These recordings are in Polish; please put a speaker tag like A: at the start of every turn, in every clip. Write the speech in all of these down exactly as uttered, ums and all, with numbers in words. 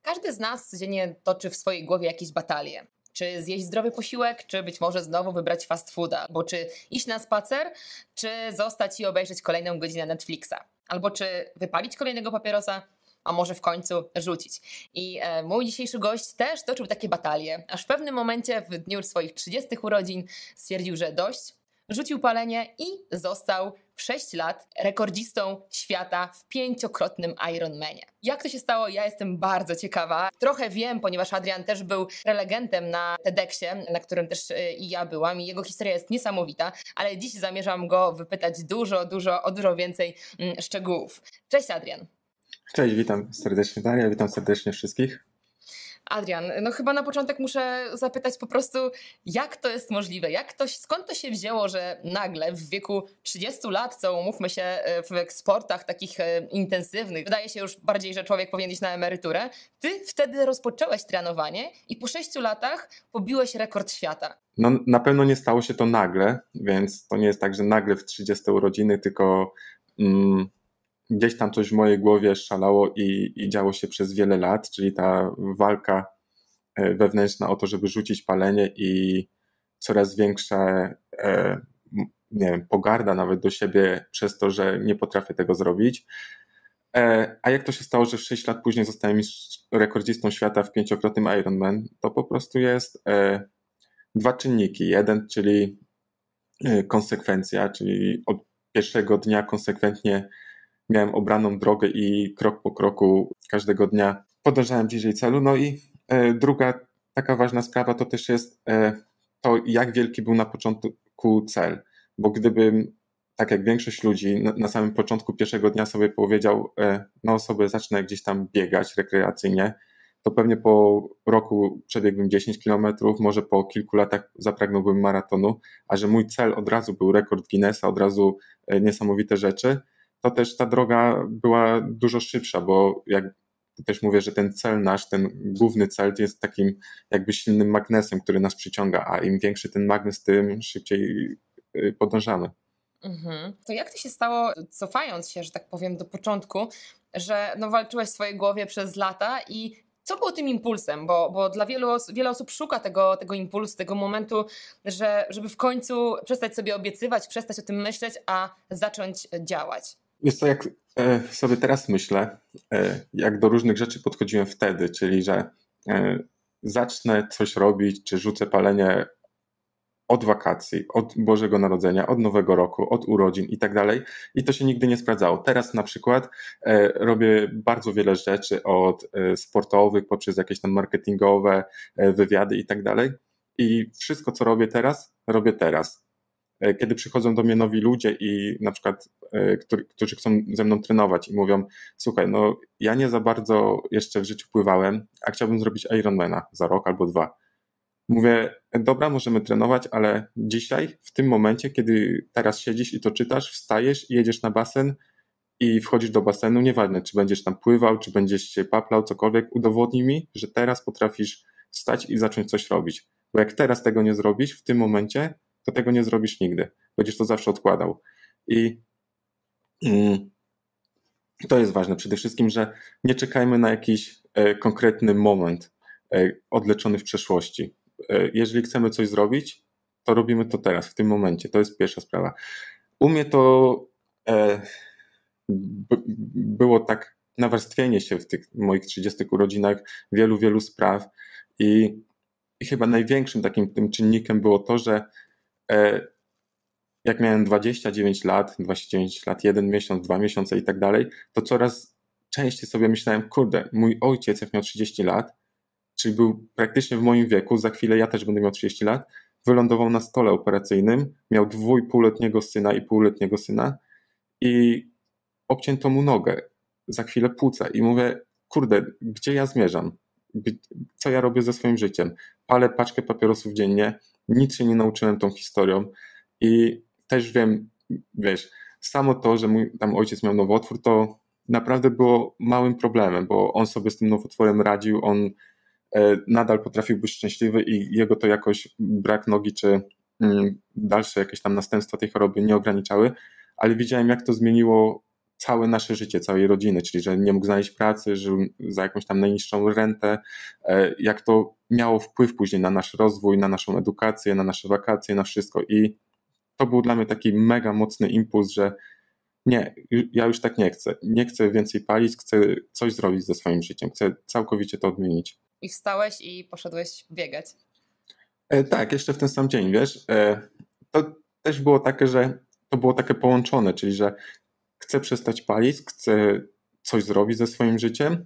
A: Każdy z nas codziennie toczy w swojej głowie jakieś batalie. Czy zjeść zdrowy posiłek, czy być może znowu wybrać fast fooda, bo czy iść na spacer, czy zostać i obejrzeć kolejną godzinę Netflixa, albo czy wypalić kolejnego papierosa, a może w końcu rzucić. I e, mój dzisiejszy gość też toczył takie batalie, aż w pewnym momencie w dniu swoich trzydziestych urodzin stwierdził, że dość, rzucił palenie i został w sześć lat rekordzistą świata w pięciokrotnym Ironmanie. Jak to się stało? Ja jestem bardzo ciekawa. Trochę wiem, ponieważ Adrian też był prelegentem na TEDxie, na którym też i ja byłam i jego historia jest niesamowita, ale dziś zamierzam go wypytać dużo, dużo, o dużo więcej szczegółów. Cześć Adrian.
B: Cześć, witam serdecznie Daria, witam serdecznie wszystkich.
A: Adrian, no chyba na początek muszę zapytać po prostu, jak to jest możliwe? Jak to, skąd to się wzięło, że nagle w wieku trzydziestu lat, co umówmy się w sportach takich intensywnych, wydaje się już bardziej, że człowiek powinien iść na emeryturę, ty wtedy rozpocząłeś trenowanie i po sześciu latach pobiłeś rekord świata.
B: No na pewno nie stało się to nagle, więc to nie jest tak, że nagle w trzydzieste urodziny, tylko... Mm, gdzieś tam coś w mojej głowie szalało i, i działo się przez wiele lat, czyli ta walka wewnętrzna o to, żeby rzucić palenie i coraz większa e, nie wiem, pogarda nawet do siebie przez to, że nie potrafię tego zrobić. E, a jak to się stało, że sześć lat później zostałem rekordzistą świata w pięciokrotnym Ironman, to po prostu jest e, dwa czynniki. Jeden, czyli e, konsekwencja, czyli od pierwszego dnia konsekwentnie miałem obraną drogę i krok po kroku każdego dnia podążałem bliżej celu. No i e, druga taka ważna sprawa to też jest e, to, jak wielki był na początku cel. Bo gdybym, tak jak większość ludzi, na, na samym początku pierwszego dnia sobie powiedział, e, no sobie zacznę gdzieś tam biegać rekreacyjnie, to pewnie po roku przebiegłbym dziesięć kilometrów, może po kilku latach zapragnąłbym maratonu, a że mój cel od razu był rekord Guinnessa, od razu e, niesamowite rzeczy, to też ta droga była dużo szybsza, bo jak też mówię, że ten cel nasz, ten główny cel jest takim jakby silnym magnesem, który nas przyciąga, a im większy ten magnes, tym szybciej podążamy.
A: Mhm. To jak to się stało, cofając się, że tak powiem, do początku, że no walczyłeś w swojej głowie przez lata i co było tym impulsem? Bo, bo dla wielu osób, wiele osób szuka tego, tego impulsu, tego momentu, że, żeby w końcu przestać sobie obiecywać, przestać o tym myśleć, a zacząć działać.
B: Wiesz co, jak e, sobie teraz myślę, e, jak do różnych rzeczy podchodziłem wtedy, czyli że e, zacznę coś robić, czy rzucę palenie od wakacji, od Bożego Narodzenia, od Nowego Roku, od urodzin i tak dalej. I to się nigdy nie sprawdzało. Teraz na przykład e, robię bardzo wiele rzeczy od e, sportowych, poprzez jakieś tam marketingowe, e, wywiady i tak dalej. I wszystko, co robię teraz, robię teraz. Kiedy przychodzą do mnie nowi ludzie i na przykład, którzy, którzy chcą ze mną trenować i mówią, słuchaj, no ja nie za bardzo jeszcze w życiu pływałem, a chciałbym zrobić Ironmana za rok albo dwa. Mówię, dobra, możemy trenować, ale dzisiaj, w tym momencie, kiedy teraz siedzisz i to czytasz, wstajesz i jedziesz na basen i wchodzisz do basenu, nieważne, czy będziesz tam pływał, czy będziesz się paplał, cokolwiek, udowodnij mi, że teraz potrafisz wstać i zacząć coś robić. Bo jak teraz tego nie zrobisz, w tym momencie, to tego nie zrobisz nigdy. Będziesz to zawsze odkładał. I mm, to jest ważne przede wszystkim, że nie czekajmy na jakiś e, konkretny moment e, odleczony w przeszłości. E, jeżeli chcemy coś zrobić, to robimy to teraz, w tym momencie. To jest pierwsza sprawa. U mnie to e, b, było tak nawarstwienie się w tych moich trzydziestych urodzinach wielu, wielu spraw i, i chyba największym takim tym czynnikiem było to, że jak miałem dwadzieścia dziewięć lat, dwadzieścia dziewięć lat, jeden miesiąc, dwa miesiące i tak dalej, to coraz częściej sobie myślałem, kurde, mój ojciec jak miał trzydzieści lat, czyli był praktycznie w moim wieku, za chwilę ja też będę miał trzydzieści lat, wylądował na stole operacyjnym, miał dwójpółletniego syna i półletniego syna i obcięto mu nogę, za chwilę płuca i mówię, kurde, gdzie ja zmierzam? Co ja robię ze swoim życiem? Palę paczkę papierosów dziennie, nic się nie nauczyłem tą historią i też wiem, wiesz, samo to, że mój tam ojciec miał nowotwór, to naprawdę było małym problemem, bo on sobie z tym nowotworem radził, on e, nadal potrafił być szczęśliwy i jego to jakoś brak nogi czy mm, dalsze jakieś tam następstwa tej choroby nie ograniczały, ale widziałem, jak to zmieniło całe nasze życie, całej rodziny, czyli że nie mógł znaleźć pracy, żył za jakąś tam najniższą rentę, jak to miało wpływ później na nasz rozwój, na naszą edukację, na nasze wakacje, na wszystko. I to był dla mnie taki mega mocny impuls, że nie, ja już tak nie chcę. Nie chcę więcej palić, chcę coś zrobić ze swoim życiem, chcę całkowicie to odmienić.
A: I wstałeś i poszedłeś biegać.
B: E, tak, jeszcze w ten sam dzień, wiesz. E, to też było takie, że to było takie połączone, czyli że chcę przestać palić, chcę coś zrobić ze swoim życiem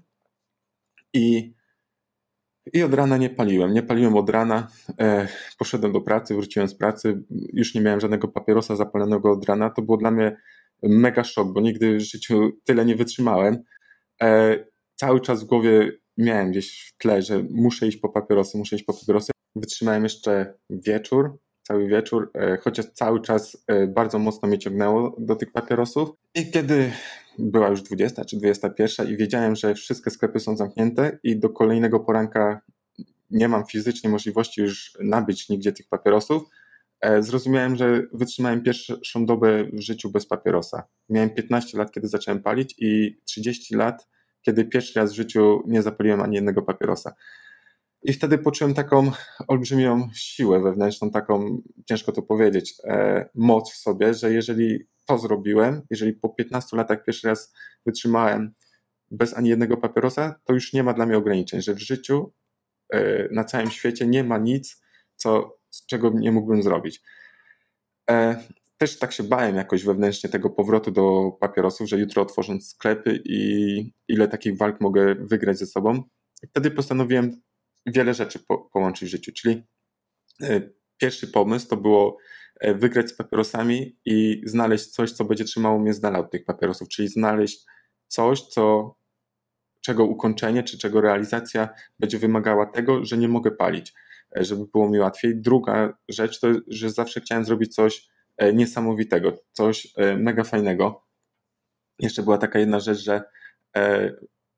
B: i, i od rana nie paliłem. Nie paliłem od rana, e, poszedłem do pracy, wróciłem z pracy, już nie miałem żadnego papierosa zapalonego od rana. To było dla mnie mega szok, bo nigdy w życiu tyle nie wytrzymałem. E, cały czas w głowie miałem gdzieś w tle, że muszę iść po papierosy, muszę iść po papierosy. Wytrzymałem jeszcze wieczór, cały wieczór, e, chociaż cały czas e, bardzo mocno mnie ciągnęło do tych papierosów. I kiedy była już dwudziesta czy dwudziesta pierwsza i wiedziałem, że wszystkie sklepy są zamknięte i do kolejnego poranka nie mam fizycznie możliwości już nabyć nigdzie tych papierosów, e, zrozumiałem, że wytrzymałem pierwszą dobę w życiu bez papierosa. Miałem piętnaście lat, kiedy zacząłem palić i trzydzieści lat, kiedy pierwszy raz w życiu nie zapaliłem ani jednego papierosa. I wtedy poczułem taką olbrzymią siłę wewnętrzną, taką, ciężko to powiedzieć, e, moc w sobie, że jeżeli to zrobiłem, jeżeli po piętnastu latach pierwszy raz wytrzymałem bez ani jednego papierosa, to już nie ma dla mnie ograniczeń, że w życiu e, na całym świecie nie ma nic, co, czego nie mógłbym zrobić. E, też tak się bałem jakoś wewnętrznie tego powrotu do papierosów, że jutro otworzą sklepy i ile takich walk mogę wygrać ze sobą. I wtedy postanowiłem wiele rzeczy po, połączyć w życiu, czyli e, pierwszy pomysł to było e, wygrać z papierosami i znaleźć coś, co będzie trzymało mnie z dala od tych papierosów, czyli znaleźć coś, co, czego ukończenie czy czego realizacja będzie wymagała tego, że nie mogę palić, e, żeby było mi łatwiej. Druga rzecz to, że zawsze chciałem zrobić coś e, niesamowitego, coś e, mega fajnego. Jeszcze była taka jedna rzecz, że e,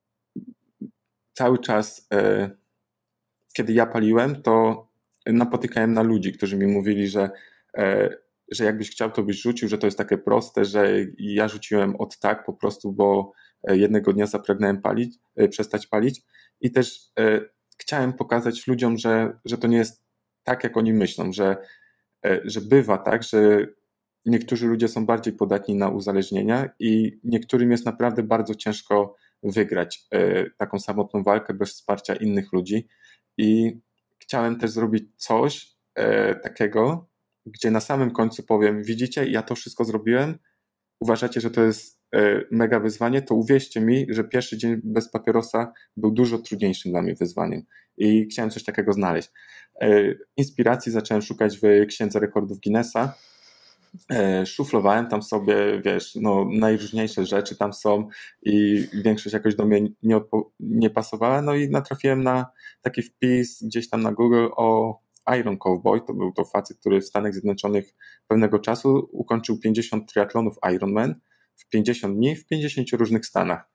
B: cały czas e, kiedy ja paliłem, to napotykałem na ludzi, którzy mi mówili, że, e, że jakbyś chciał, to byś rzucił, że to jest takie proste, że ja rzuciłem od tak po prostu, bo jednego dnia zapragnąłem palić, e, przestać palić i też e, chciałem pokazać ludziom, że, że to nie jest tak, jak oni myślą, że, e, że bywa tak, że niektórzy ludzie są bardziej podatni na uzależnienia i niektórym jest naprawdę bardzo ciężko wygrać e, taką samotną walkę bez wsparcia innych ludzi. I chciałem też zrobić coś e, takiego, gdzie na samym końcu powiem, widzicie, ja to wszystko zrobiłem, uważacie, że to jest e, mega wyzwanie, to uwierzcie mi, że pierwszy dzień bez papierosa był dużo trudniejszym dla mnie wyzwaniem i chciałem coś takiego znaleźć. E, inspiracji zacząłem szukać w Księdze Rekordów Guinnessa. E, szuflowałem tam sobie, wiesz, no najróżniejsze rzeczy tam są i większość jakoś do mnie nie, odpo- nie pasowała, no i natrafiłem na taki wpis gdzieś tam na Google o Iron Cowboy, to był to facet, który w Stanach Zjednoczonych pewnego czasu ukończył pięćdziesiąt triatlonów Ironman w pięćdziesiąt dni w pięćdziesięciu różnych stanach.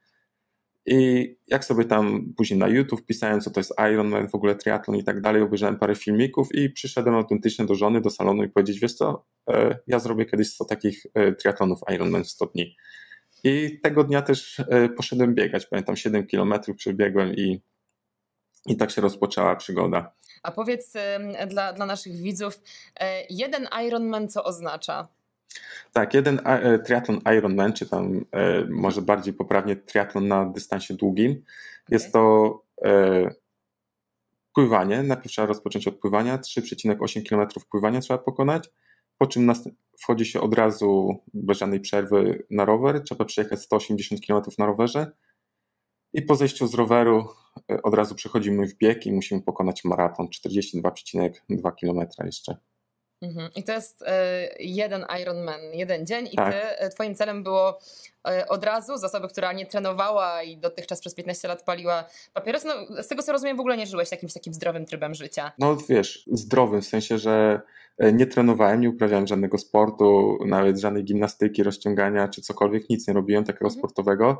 B: I jak sobie tam później na YouTube pisałem, co to jest Ironman, w ogóle triatlon i tak dalej, obejrzałem parę filmików i przyszedłem autentycznie do żony, do salonu i powiedzieć, wiesz co, e, ja zrobię kiedyś sto takich e, triatlonów Ironman w sto dni. I tego dnia też e, poszedłem biegać, pamiętam siedem kilometrów przebiegłem i, i tak się rozpoczęła przygoda.
A: A powiedz y, dla, dla naszych widzów, y, jeden Ironman co oznacza?
B: Tak, jeden e, triatlon Ironman, czy tam e, może bardziej poprawnie triatlon na dystansie długim. Okay. Jest to e, pływanie. Najpierw trzeba rozpocząć od pływania. trzy przecinek osiem kilometrów pływania trzeba pokonać, po czym nas, wchodzi się od razu bez żadnej przerwy na rower. Trzeba przejechać sto osiemdziesiąt kilometrów na rowerze i po zejściu z roweru e, od razu przechodzimy w bieg i musimy pokonać maraton czterdzieści dwa przecinek dwa kilometra jeszcze.
A: I to jest y, jeden Ironman, jeden dzień i
B: tak.
A: ty, twoim celem było y, od razu, z osoby, która nie trenowała i dotychczas przez piętnaście lat paliła papierosy, no, z tego co rozumiem w ogóle nie żyłeś jakimś takim zdrowym trybem życia.
B: No wiesz, zdrowym, w sensie, że nie trenowałem, nie uprawiałem żadnego sportu, nawet żadnej gimnastyki, rozciągania czy cokolwiek, nic nie robiłem takiego mhm. sportowego.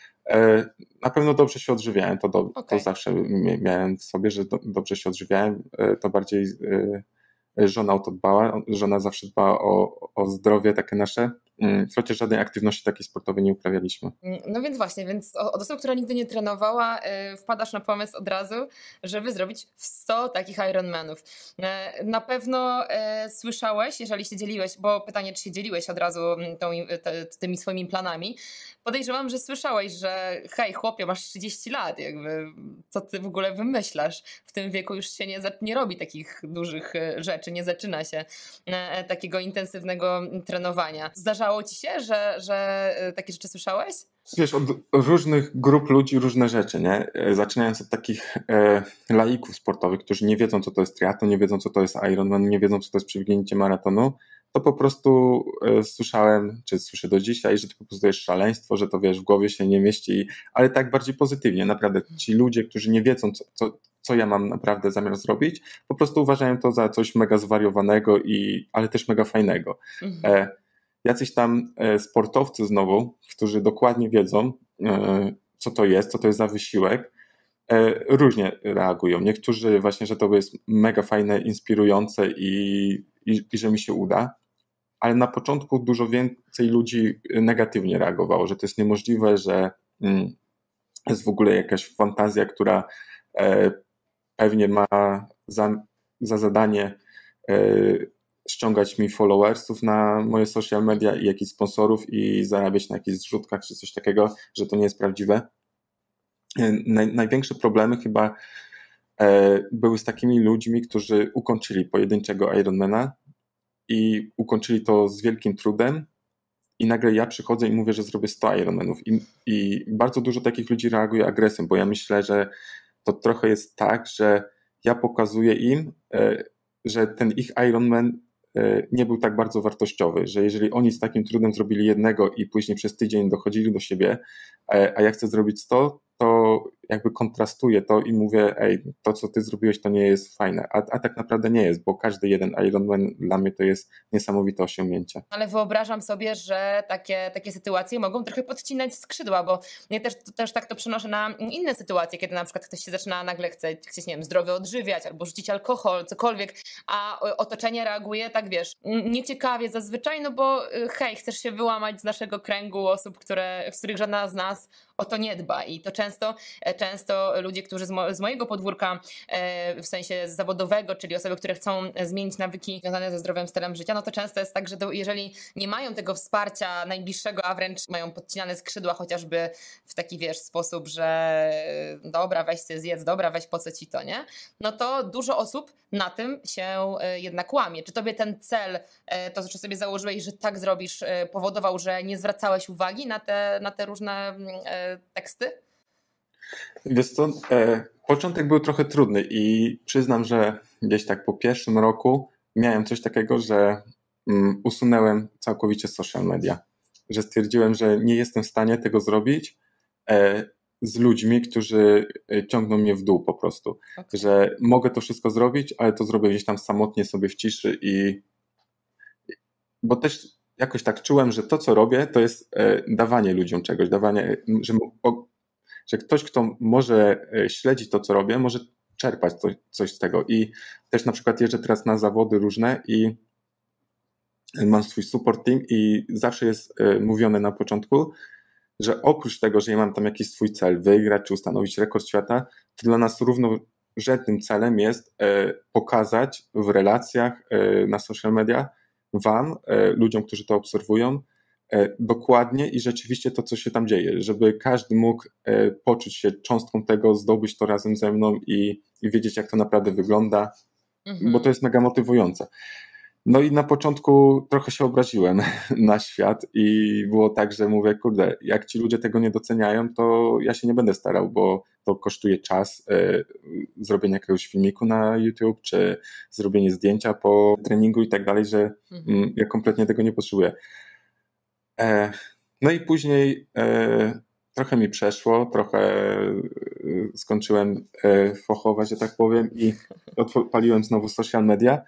B: Na pewno dobrze się odżywiałem, to, do, okay. to zawsze miałem w sobie, że do, dobrze się odżywiałem, to bardziej... Żona o to dbała, żona zawsze dbała o, o zdrowie takie nasze chociaż żadnej aktywności takiej sportowej nie uprawialiśmy.
A: No więc właśnie, więc od osoby, która nigdy nie trenowała, wpadasz na pomysł od razu, żeby zrobić sto takich Ironmanów. Na pewno słyszałeś, jeżeli się dzieliłeś, bo pytanie, czy się dzieliłeś od razu tą, te, tymi swoimi planami, podejrzewam, że słyszałeś, że hej chłopie, masz trzydzieści lat, jakby co ty w ogóle wymyślasz? W tym wieku już się nie, nie robi takich dużych rzeczy, nie zaczyna się takiego intensywnego trenowania. Zdarzało ci się, że, że takie rzeczy słyszałeś?
B: Wiesz, od różnych grup ludzi różne rzeczy, nie? Zaczynając od takich e, laików sportowych, którzy nie wiedzą, co to jest triatlon, nie wiedzą, co to jest Ironman, nie wiedzą, co to jest przebiegnięcie maratonu, to po prostu e, słyszałem, czy słyszę do dzisiaj, że to po prostu jest szaleństwo, że to wiesz, w głowie się nie mieści, ale tak bardziej pozytywnie, naprawdę. Ci ludzie, którzy nie wiedzą, co, co, co ja mam naprawdę zamiar zrobić, po prostu uważają to za coś mega zwariowanego, i, ale też mega fajnego. Mhm. E, Jacyś tam sportowcy znowu, którzy dokładnie wiedzą, co to jest, co to jest za wysiłek, różnie reagują. Niektórzy właśnie, że to jest mega fajne, inspirujące i, i, i że mi się uda, ale na początku dużo więcej ludzi negatywnie reagowało, że to jest niemożliwe, że jest w ogóle jakaś fantazja, która pewnie ma za, za zadanie ściągać mi followersów na moje social media i jakichś sponsorów i zarabiać na jakichś zrzutkach czy coś takiego, że to nie jest prawdziwe. Naj, największe problemy chyba e, były z takimi ludźmi, którzy ukończyli pojedynczego Ironmana i ukończyli to z wielkim trudem i nagle ja przychodzę i mówię, że zrobię sto Ironmanów i, i bardzo dużo takich ludzi reaguje agresją, bo ja myślę, że to trochę jest tak, że ja pokazuję im, e, że ten ich Ironman nie był tak bardzo wartościowy, że jeżeli oni z takim trudem zrobili jednego i później przez tydzień dochodzili do siebie, a ja chcę zrobić sto, to jakby kontrastuję to i mówię, ej, to co ty zrobiłeś to nie jest fajne, a, a tak naprawdę nie jest, bo każdy jeden Ironman dla mnie to jest niesamowite osiągnięcie.
A: Ale wyobrażam sobie, że takie, takie sytuacje mogą trochę podcinać skrzydła, bo ja też, też tak to przenoszę na inne sytuacje, kiedy na przykład ktoś się zaczyna nagle chce, chcieć, nie wiem, zdrowo odżywiać albo rzucić alkohol, cokolwiek, a otoczenie reaguje tak, wiesz, nieciekawie zazwyczaj, no bo hej, chcesz się wyłamać z naszego kręgu osób, które, z których żadna z nas o to nie dba i to często, często ludzie, którzy z, mo, z mojego podwórka w sensie zawodowego, czyli osoby, które chcą zmienić nawyki związane ze zdrowym stylem życia, no to często jest tak, że to, jeżeli nie mają tego wsparcia najbliższego, a wręcz mają podcinane skrzydła chociażby w taki, wiesz, sposób, że dobra, weź sobie zjedz, dobra, weź po co ci to, nie? No to dużo osób na tym się jednak łamie. Czy tobie ten cel, to co sobie założyłeś, że tak zrobisz, powodował, że nie zwracałeś uwagi na te, na te różne teksty?
B: Wiesz co, e, początek był trochę trudny i przyznam, że gdzieś tak po pierwszym roku miałem coś takiego, że mm, usunęłem całkowicie social media, że stwierdziłem, że nie jestem w stanie tego zrobić e, z ludźmi, którzy ciągną mnie w dół po prostu, okay. Że mogę to wszystko zrobić, ale to zrobię gdzieś tam samotnie sobie w ciszy i bo też jakoś tak czułem, że to co robię to jest e, dawanie ludziom czegoś, dawanie, że o, że ktoś, kto może śledzić to, co robię, może czerpać coś, coś z tego. I też na przykład jeżdżę teraz na zawody różne i mam swój support team i zawsze jest mówione na początku, że oprócz tego, że ja mam tam jakiś swój cel, wygrać czy ustanowić rekord świata, to dla nas równorzędnym celem jest pokazać w relacjach na social media wam, ludziom, którzy to obserwują, dokładnie i rzeczywiście to, co się tam dzieje, żeby każdy mógł poczuć się cząstką tego, zdobyć to razem ze mną i, i wiedzieć, jak to naprawdę wygląda, mhm. Bo to jest mega motywujące. No i na początku trochę się obraziłem na świat i było tak, że mówię, kurde, jak ci ludzie tego nie doceniają, to ja się nie będę starał, bo to kosztuje czas, e, zrobienie jakiegoś filmiku na YouTube, czy zrobienie zdjęcia po treningu i tak dalej, że mhm. m, ja kompletnie tego nie potrzebuję. E, no i później e, trochę mi przeszło, trochę e, skończyłem e, fochować, że tak powiem, i odpaliłem znowu social media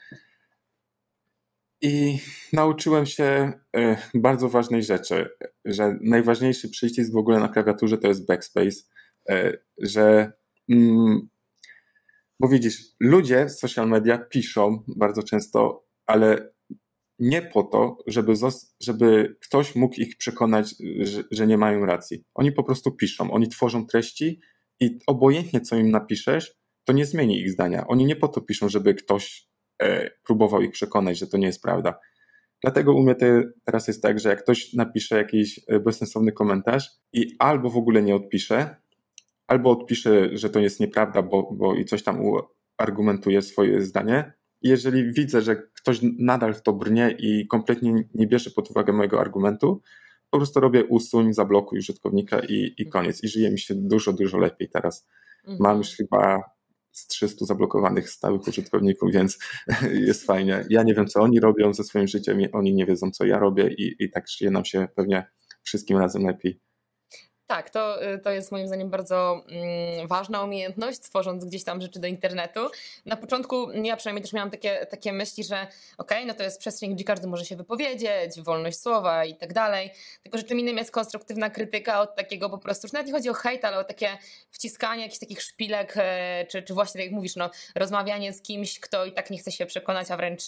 B: i nauczyłem się e, bardzo ważnej rzeczy, że najważniejszy przycisk w ogóle na klawiaturze to jest backspace, e, że mm, bo widzisz, ludzie z social media piszą bardzo często, ale nie po to, żeby, zos- żeby ktoś mógł ich przekonać, że, że nie mają racji. Oni po prostu piszą, oni tworzą treści i obojętnie co im napiszesz, to nie zmieni ich zdania. Oni nie po to piszą, żeby ktoś e, próbował ich przekonać, że to nie jest prawda. Dlatego u mnie te, teraz jest tak, że jak ktoś napisze jakiś bezsensowny komentarz i albo w ogóle nie odpisze, albo odpisze, że to jest nieprawda, bo, bo i coś tam argumentuje swoje zdanie. I jeżeli widzę, że ktoś nadal w to brnie i kompletnie nie bierze pod uwagę mojego argumentu, po prostu robię usuń, zablokuj użytkownika i, i koniec. I żyje mi się dużo, dużo lepiej teraz. Mhm. Mam już chyba z trzystu zablokowanych stałych użytkowników, więc jest fajnie. Ja nie wiem, co oni robią ze swoim życiem, oni nie wiedzą, co ja robię i, i tak żyje nam się pewnie wszystkim razem lepiej.
A: Tak, to, to jest moim zdaniem bardzo mm, ważna umiejętność, tworząc gdzieś tam rzeczy do internetu. Na początku ja przynajmniej też miałam takie, takie myśli, że okej, okay, no to jest przestrzeń, gdzie każdy może się wypowiedzieć, wolność słowa i tak dalej. Tylko że czym innym jest konstruktywna krytyka od takiego po prostu, już nawet nie chodzi o hejt, ale o takie wciskanie jakichś takich szpilek, czy, czy właśnie tak jak mówisz, no, rozmawianie z kimś, kto i tak nie chce się przekonać, a wręcz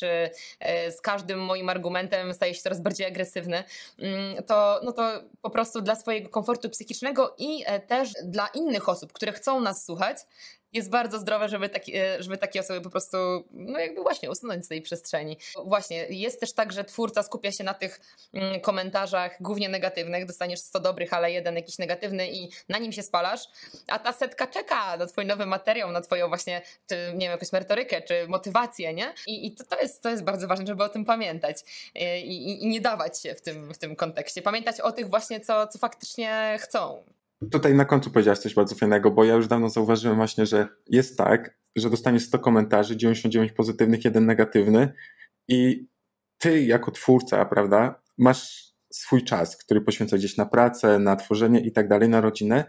A: z każdym moim argumentem staje się coraz bardziej agresywny. To, no to po prostu dla swojego komfortu psychicznego i też dla innych osób, które chcą nas słuchać, jest bardzo zdrowe, żeby, taki, żeby takie osoby po prostu, no jakby właśnie usunąć z tej przestrzeni. Właśnie, jest też tak, że twórca skupia się na tych komentarzach głównie negatywnych, dostaniesz sto dobrych, ale jeden jakiś negatywny i na nim się spalasz, a ta setka czeka na twój nowy materiał, na twoją właśnie, czy nie wiem, jakąś merytorykę, czy motywację, nie? I, i to, to, jest, to jest bardzo ważne, żeby o tym pamiętać i, i, i nie dawać się w tym, w tym kontekście. Pamiętać o tych właśnie, co, co faktycznie chcą.
B: Tutaj na końcu powiedziałaś coś bardzo fajnego, bo ja już dawno zauważyłem właśnie, że jest tak, że dostaniesz sto komentarzy, dziewięćdziesiąt dziewięć pozytywnych, jeden negatywny i ty jako twórca, prawda, masz swój czas, który poświęca gdzieś na pracę, na tworzenie i tak dalej, na rodzinę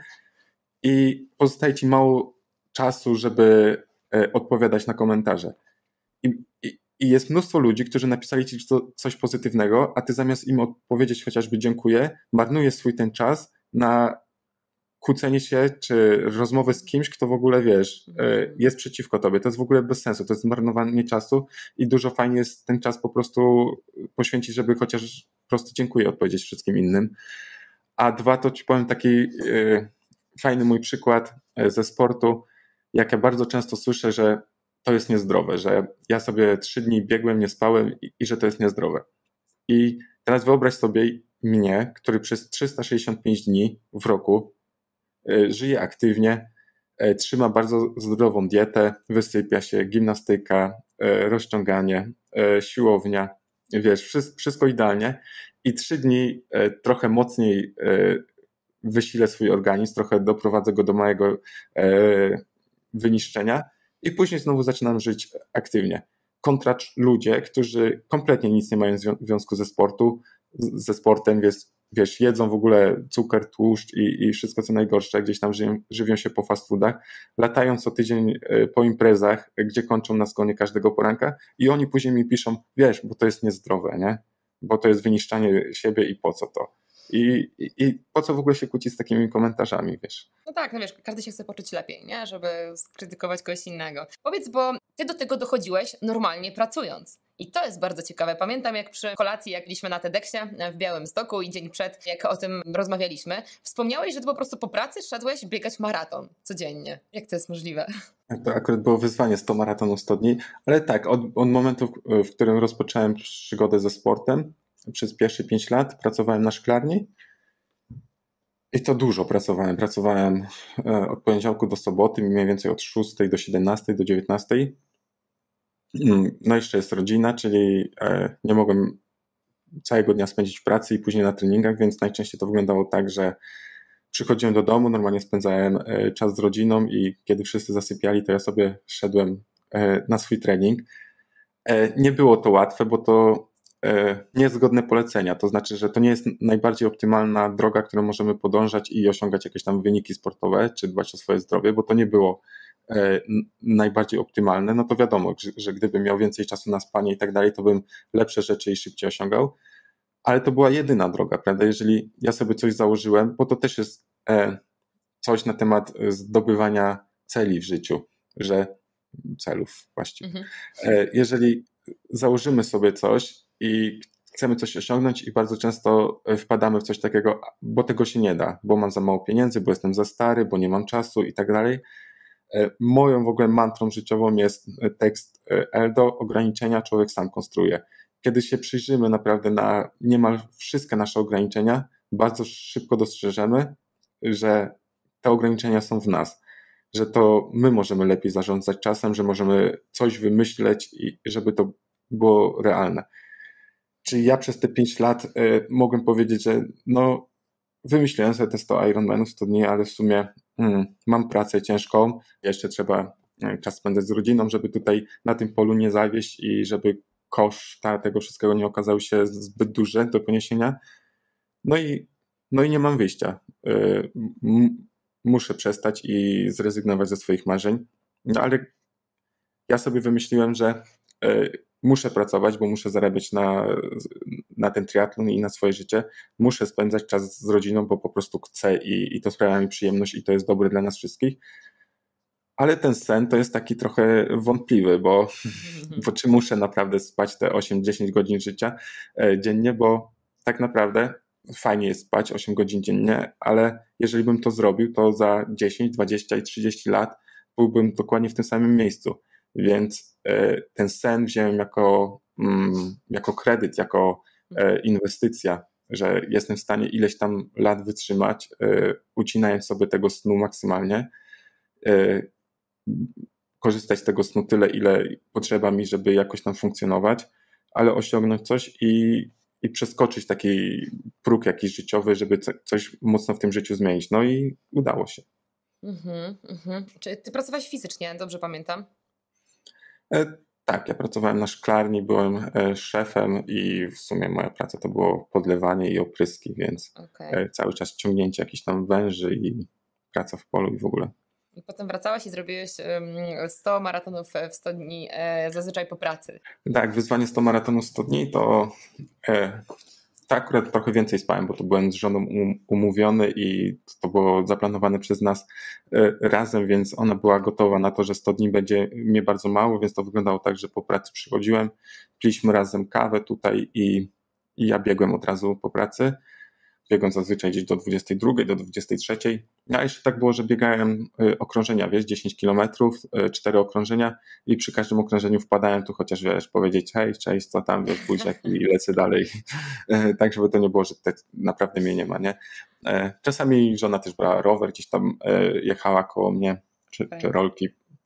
B: i pozostaje ci mało czasu, żeby odpowiadać na komentarze. I, i, i jest mnóstwo ludzi, którzy napisali ci coś pozytywnego, a ty zamiast im odpowiedzieć chociażby dziękuję, marnujesz swój ten czas na kłócenie się, czy rozmowę z kimś, kto w ogóle, wiesz, jest przeciwko tobie. To jest w ogóle bez sensu, to jest zmarnowanie czasu i dużo fajnie jest ten czas po prostu poświęcić, żeby chociaż po prostu dziękuję odpowiedzieć wszystkim innym. A dwa, to ci powiem taki yy, fajny mój przykład ze sportu, jak ja bardzo często słyszę, że to jest niezdrowe, że ja sobie trzy dni biegłem, nie spałem i, i że to jest niezdrowe. I teraz wyobraź sobie mnie, który przez trzysta sześćdziesiąt pięć dni w roku żyje aktywnie, trzyma bardzo zdrową dietę, wysypia się, gimnastyka, rozciąganie, siłownia, wiesz, wszystko idealnie i trzy dni trochę mocniej wysilę swój organizm, trochę doprowadzę go do małego wyniszczenia i później znowu zaczynam żyć aktywnie. Kontra ludzie, którzy kompletnie nic nie mają w związku ze sportu, ze sportem, wiesz, wiesz, jedzą w ogóle cukier, tłuszcz i, i wszystko co najgorsze, gdzieś tam żyją, żywią się po fast foodach, latają co tydzień po imprezach, gdzie kończą na skonie każdego poranka i oni później mi piszą, wiesz, bo to jest niezdrowe, nie? Bo to jest wyniszczanie siebie i po co to? I, i, i po co w ogóle się kłócić z takimi komentarzami, wiesz?
A: No tak, no wiesz, każdy się chce poczuć lepiej, nie? Żeby skrytykować kogoś innego. Powiedz, bo ty do tego dochodziłeś normalnie pracując. I to jest bardzo ciekawe. Pamiętam, jak przy kolacji, jak byliśmy na TEDxie w Białymstoku i dzień przed, jak o tym rozmawialiśmy, wspomniałeś, że ty po prostu po pracy szedłeś biegać maraton codziennie. Jak to jest możliwe?
B: To akurat było wyzwanie sto maratonów sto dni, ale tak, od, od momentu, w którym rozpocząłem przygodę ze sportem, przez pierwsze pięć lat pracowałem na szklarni i to dużo pracowałem. Pracowałem od poniedziałku do soboty, mniej więcej od szóstej do siedemnastej, do dziewiętnastej. No jeszcze jest rodzina, czyli nie mogłem całego dnia spędzić w pracy i później na treningach, więc najczęściej to wyglądało tak, że przychodziłem do domu, normalnie spędzałem czas z rodziną i kiedy wszyscy zasypiali, to ja sobie szedłem na swój trening. Nie było to łatwe, bo to nie jest zgodne polecenia, to znaczy, że to nie jest najbardziej optymalna droga, którą możemy podążać i osiągać jakieś tam wyniki sportowe, czy dbać o swoje zdrowie, bo to nie było najbardziej optymalne, no to wiadomo, że, że gdybym miał więcej czasu na spanie i tak dalej, to bym lepsze rzeczy i szybciej osiągał, ale to była jedyna droga, prawda? Jeżeli ja sobie coś założyłem, bo to też jest coś na temat zdobywania celi w życiu, że celów właściwie. Mhm. Jeżeli założymy sobie coś i chcemy coś osiągnąć i bardzo często wpadamy w coś takiego, bo tego się nie da, bo mam za mało pieniędzy, bo jestem za stary, bo nie mam czasu i tak dalej. Moją w ogóle mantrą życiową jest tekst Eldo: ograniczenia człowiek sam konstruuje. Kiedy się przyjrzymy naprawdę na niemal wszystkie nasze ograniczenia, bardzo szybko dostrzeżemy, że te ograniczenia są w nas, że to my możemy lepiej zarządzać czasem, że możemy coś wymyśleć i żeby to było realne. Czyli ja przez te pięć lat y, mogłem powiedzieć, że no wymyśliłem sobie te sto Ironmanów, sto dni, ale w sumie mm, mam pracę ciężką, jeszcze trzeba czas spędzać z rodziną, żeby tutaj na tym polu nie zawieść i żeby koszta tego wszystkiego nie okazały się zbyt duże do poniesienia. No i, no i nie mam wyjścia. Y, m, muszę przestać i zrezygnować ze swoich marzeń. No ale ja sobie wymyśliłem, że y, muszę pracować, bo muszę zarabiać na, na ten triatlon i na swoje życie. Muszę spędzać czas z rodziną, bo po prostu chcę i, i to sprawia mi przyjemność i to jest dobre dla nas wszystkich. Ale ten sen to jest taki trochę wątpliwy, bo, bo czy muszę naprawdę spać te osiem dziesięć godzin życia dziennie, bo tak naprawdę fajnie jest spać osiem godzin dziennie, ale jeżeli bym to zrobił, to za dziesięć, dwadzieścia i trzydzieści lat byłbym dokładnie w tym samym miejscu. Więc ten sen wziąłem jako, jako kredyt, jako inwestycja, że jestem w stanie ileś tam lat wytrzymać, ucinając sobie tego snu maksymalnie, korzystać z tego snu tyle, ile potrzeba mi, żeby jakoś tam funkcjonować, ale osiągnąć coś i, i przeskoczyć taki próg jakiś życiowy, żeby coś mocno w tym życiu zmienić. No i udało się.
A: Mhm, mhm. Czy ty pracowałeś fizycznie, dobrze pamiętam?
B: E, tak, ja pracowałem na szklarni, byłem e, szefem i w sumie moja praca to było podlewanie i opryski, więc
A: Okay.
B: e, cały czas ciągnięcie jakichś tam węży i praca w polu i w ogóle.
A: I potem wracałeś i zrobiłeś sto maratonów w sto dni zazwyczaj po pracy.
B: Tak, wyzwanie sto maratonów sto dni to e, tak akurat trochę więcej spałem, bo to byłem z żoną um, umówiony i to było zaplanowane przez nas e, razem, więc ona była gotowa na to, że sto dni będzie mnie bardzo mało, więc to wyglądało tak, że po pracy przychodziłem, piliśmy razem kawę tutaj i, i ja biegłem od razu po pracy. Biegłem zazwyczaj gdzieś do dwudziestej drugiej, do dwudziestej trzeciej. A jeszcze tak było, że biegałem okrążenia, wiesz, dziesięć kilometrów, cztery okrążenia i przy każdym okrążeniu wpadałem tu chociaż, wiesz, powiedzieć hej, cześć, co tam, wiesz, buziak i lecę dalej. Tak, żeby to nie było, że te, naprawdę mnie nie ma, nie? Czasami żona też brała rower, gdzieś tam jechała koło mnie, czy, czy rolki,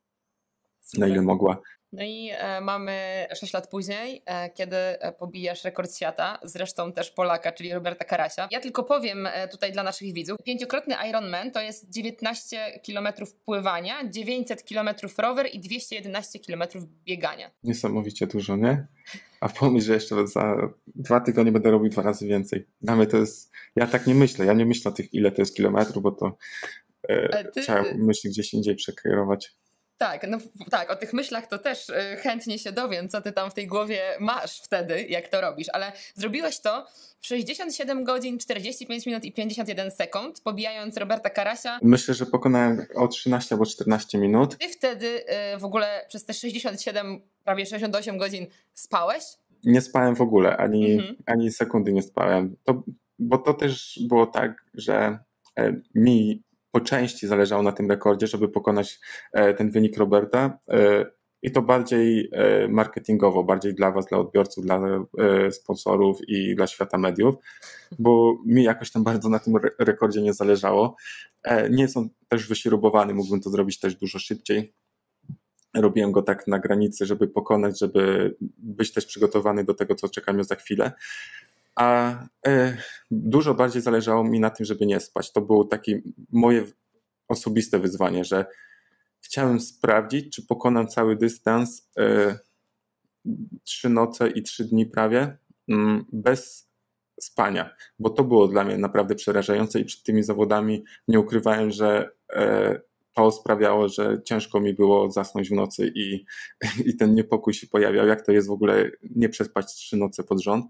B: na ile mogła.
A: No i e, mamy sześć lat później, e, kiedy pobijasz rekord świata, zresztą też Polaka, czyli Roberta Karasia. Ja tylko powiem e, tutaj dla naszych widzów, pięciokrotny Ironman to jest dziewiętnaście kilometrów pływania, dziewięćset kilometrów rower i dwieście jedenaście kilometrów biegania.
B: Niesamowicie dużo, nie? A pomyśl, że jeszcze za dwa tygodnie będę robił dwa razy więcej. Dla mnie to jest, ja tak nie myślę, ja nie myślę o tych, ile to jest kilometrów, bo to e, ty... trzeba myśli gdzieś indziej przekierować.
A: Tak, no tak, o tych myślach to też chętnie się dowiem, co ty tam w tej głowie masz wtedy, jak to robisz, ale zrobiłeś to w sześćdziesiąt siedem godzin, czterdzieści pięć minut i pięćdziesiąt jeden sekund, pobijając Roberta Karasia.
B: Myślę, że pokonałem o trzynaście albo czternaście minut.
A: Ty wtedy w ogóle przez te sześćdziesiąt siedem, prawie sześćdziesiąt osiem godzin spałeś? Nie
B: spałem w ogóle, ani, mhm. ani sekundy nie spałem, to, bo to też było tak, że mi po części zależało na tym rekordzie, żeby pokonać ten wynik Roberta i to bardziej marketingowo, bardziej dla was, dla odbiorców, dla sponsorów i dla świata mediów, bo mi jakoś tam bardzo na tym rekordzie nie zależało. Nie jestem też wyśrubowany, mógłbym to zrobić też dużo szybciej. Robiłem go tak na granicy, żeby pokonać, żeby być też przygotowany do tego, co czeka mnie za chwilę. A e, dużo bardziej zależało mi na tym, żeby nie spać. To było takie moje osobiste wyzwanie, że chciałem sprawdzić, czy pokonam cały dystans e, trzy noce i trzy dni prawie m, bez spania, bo to było dla mnie naprawdę przerażające i przed tymi zawodami nie ukrywałem, że e, to sprawiało, że ciężko mi było zasnąć w nocy i, i ten niepokój się pojawiał, jak to jest w ogóle nie przespać trzy noce pod rząd.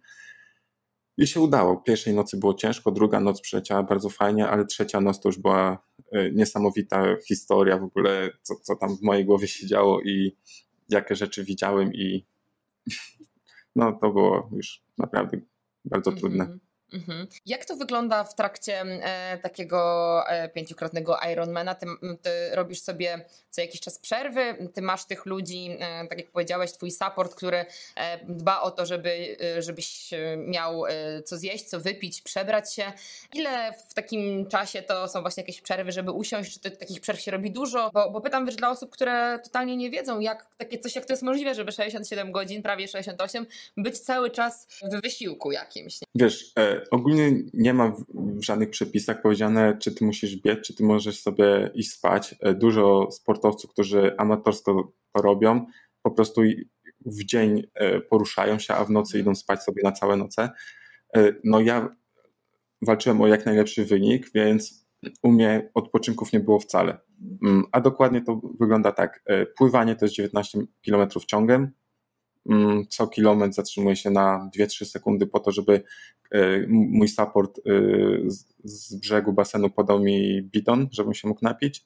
B: I się udało. Pierwszej nocy było ciężko, druga noc przeleciała bardzo fajnie, ale trzecia noc to już była niesamowita historia w ogóle, co, co tam w mojej głowie się działo i jakie rzeczy widziałem i no to było już naprawdę bardzo mm-hmm. trudne.
A: Mhm. Jak to wygląda w trakcie e, takiego e, pięciokrotnego Ironmana? Ty, ty robisz sobie co jakiś czas przerwy, ty masz tych ludzi, e, tak jak powiedziałeś, twój support, który e, dba o to, żeby, e, żebyś miał e, co zjeść, co wypić, przebrać się. Ile w takim czasie to są właśnie jakieś przerwy, żeby usiąść? Czy ty, takich przerw się robi dużo? Bo, bo pytam, wiesz, dla osób, które totalnie nie wiedzą, jak takie coś, jak to jest możliwe, żeby sześćdziesiąt siedem godzin, prawie sześćdziesiąt osiem, być cały czas w wysiłku jakimś. Nie?
B: Wiesz, e, ogólnie nie ma w, w żadnych przepisach powiedziane, czy ty musisz biec, czy ty możesz sobie iść spać. E, dużo sportowców, którzy amatorsko to robią, po prostu w dzień e, poruszają się, a w nocy idą spać sobie na całe noce. E, no ja walczyłem o jak najlepszy wynik, więc u mnie odpoczynków nie było wcale. A dokładnie to wygląda tak. E, pływanie to jest dziewiętnaście kilometrów ciągiem. Co kilometr zatrzymuję się na dwie trzy sekundy po to, żeby mój support z brzegu basenu podał mi bidon, żebym się mógł napić.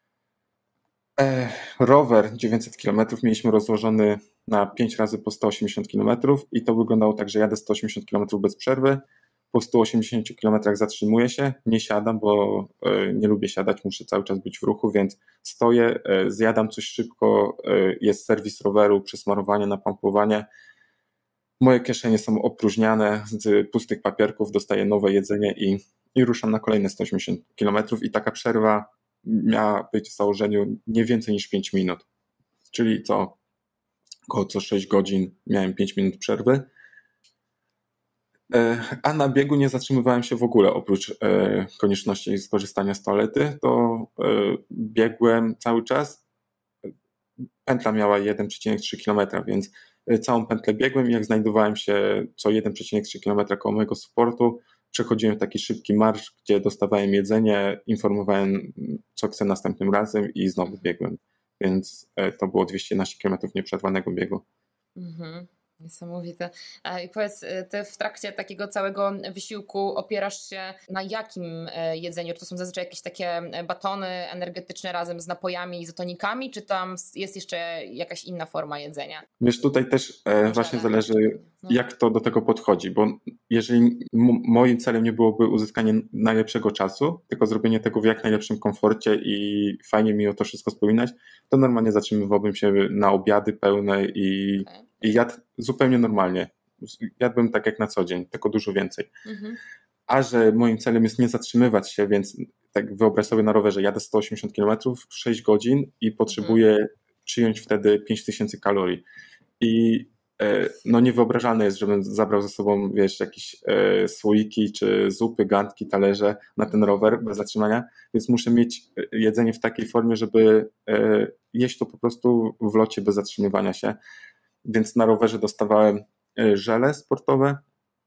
B: Rower dziewięćset kilometrów mieliśmy rozłożony na pięć razy po sto osiemdziesiąt kilometrów i to wyglądało tak, że jadę sto osiemdziesiąt kilometrów bez przerwy. Po stu osiemdziesięciu kilometrach zatrzymuję się, nie siadam, bo nie lubię siadać, muszę cały czas być w ruchu, więc stoję, zjadam coś szybko, jest serwis roweru, przesmarowanie, napompowanie. Moje kieszenie są opróżniane z pustych papierków, dostaję nowe jedzenie i, i ruszam na kolejne sto osiemdziesiąt kilometrów i taka przerwa miała być w założeniu nie więcej niż pięć minut, czyli co około co sześć godzin miałem pięć minut przerwy. A na biegu nie zatrzymywałem się w ogóle, oprócz e, konieczności skorzystania z toalety, to e, biegłem cały czas. Pętla miała jeden przecinek trzy kilometra, więc całą pętlę biegłem i jak znajdowałem się co jeden przecinek trzy kilometra koło mojego supportu, przechodziłem taki szybki marsz, gdzie dostawałem jedzenie, informowałem, co chcę następnym razem i znowu biegłem. Więc e, to było dwieście jedenaście kilometrów nieprzerwanego biegu.
A: Mhm. Niesamowite. I powiedz, ty w trakcie takiego całego wysiłku opierasz się na jakim jedzeniu? Czy to są zazwyczaj jakieś takie batony energetyczne razem z napojami, izotonikami, czy tam jest jeszcze jakaś inna forma jedzenia?
B: Wiesz, tutaj też e, właśnie zależy, jak to do tego podchodzi, bo jeżeli m- moim celem nie byłoby uzyskanie najlepszego czasu, tylko zrobienie tego w jak najlepszym komforcie i fajnie mi o to wszystko wspominać, to normalnie zatrzymywałbym się na obiady pełne i okay. I jadł zupełnie normalnie. Jadłbym tak jak na co dzień, tylko dużo więcej. Mhm. A że moim celem jest nie zatrzymywać się, więc tak wyobraź sobie na rowerze, jadę sto osiemdziesiąt kilometrów, sześć godzin i potrzebuję mhm. przyjąć wtedy pięć tysięcy kalorii. I e, no niewyobrażalne jest, żebym zabrał ze sobą, wiesz, jakieś e, słoiki, czy zupy, garnki, talerze na ten rower bez zatrzymania, więc muszę mieć jedzenie w takiej formie, żeby e, jeść to po prostu w locie bez zatrzymywania się. Więc na rowerze dostawałem żele sportowe,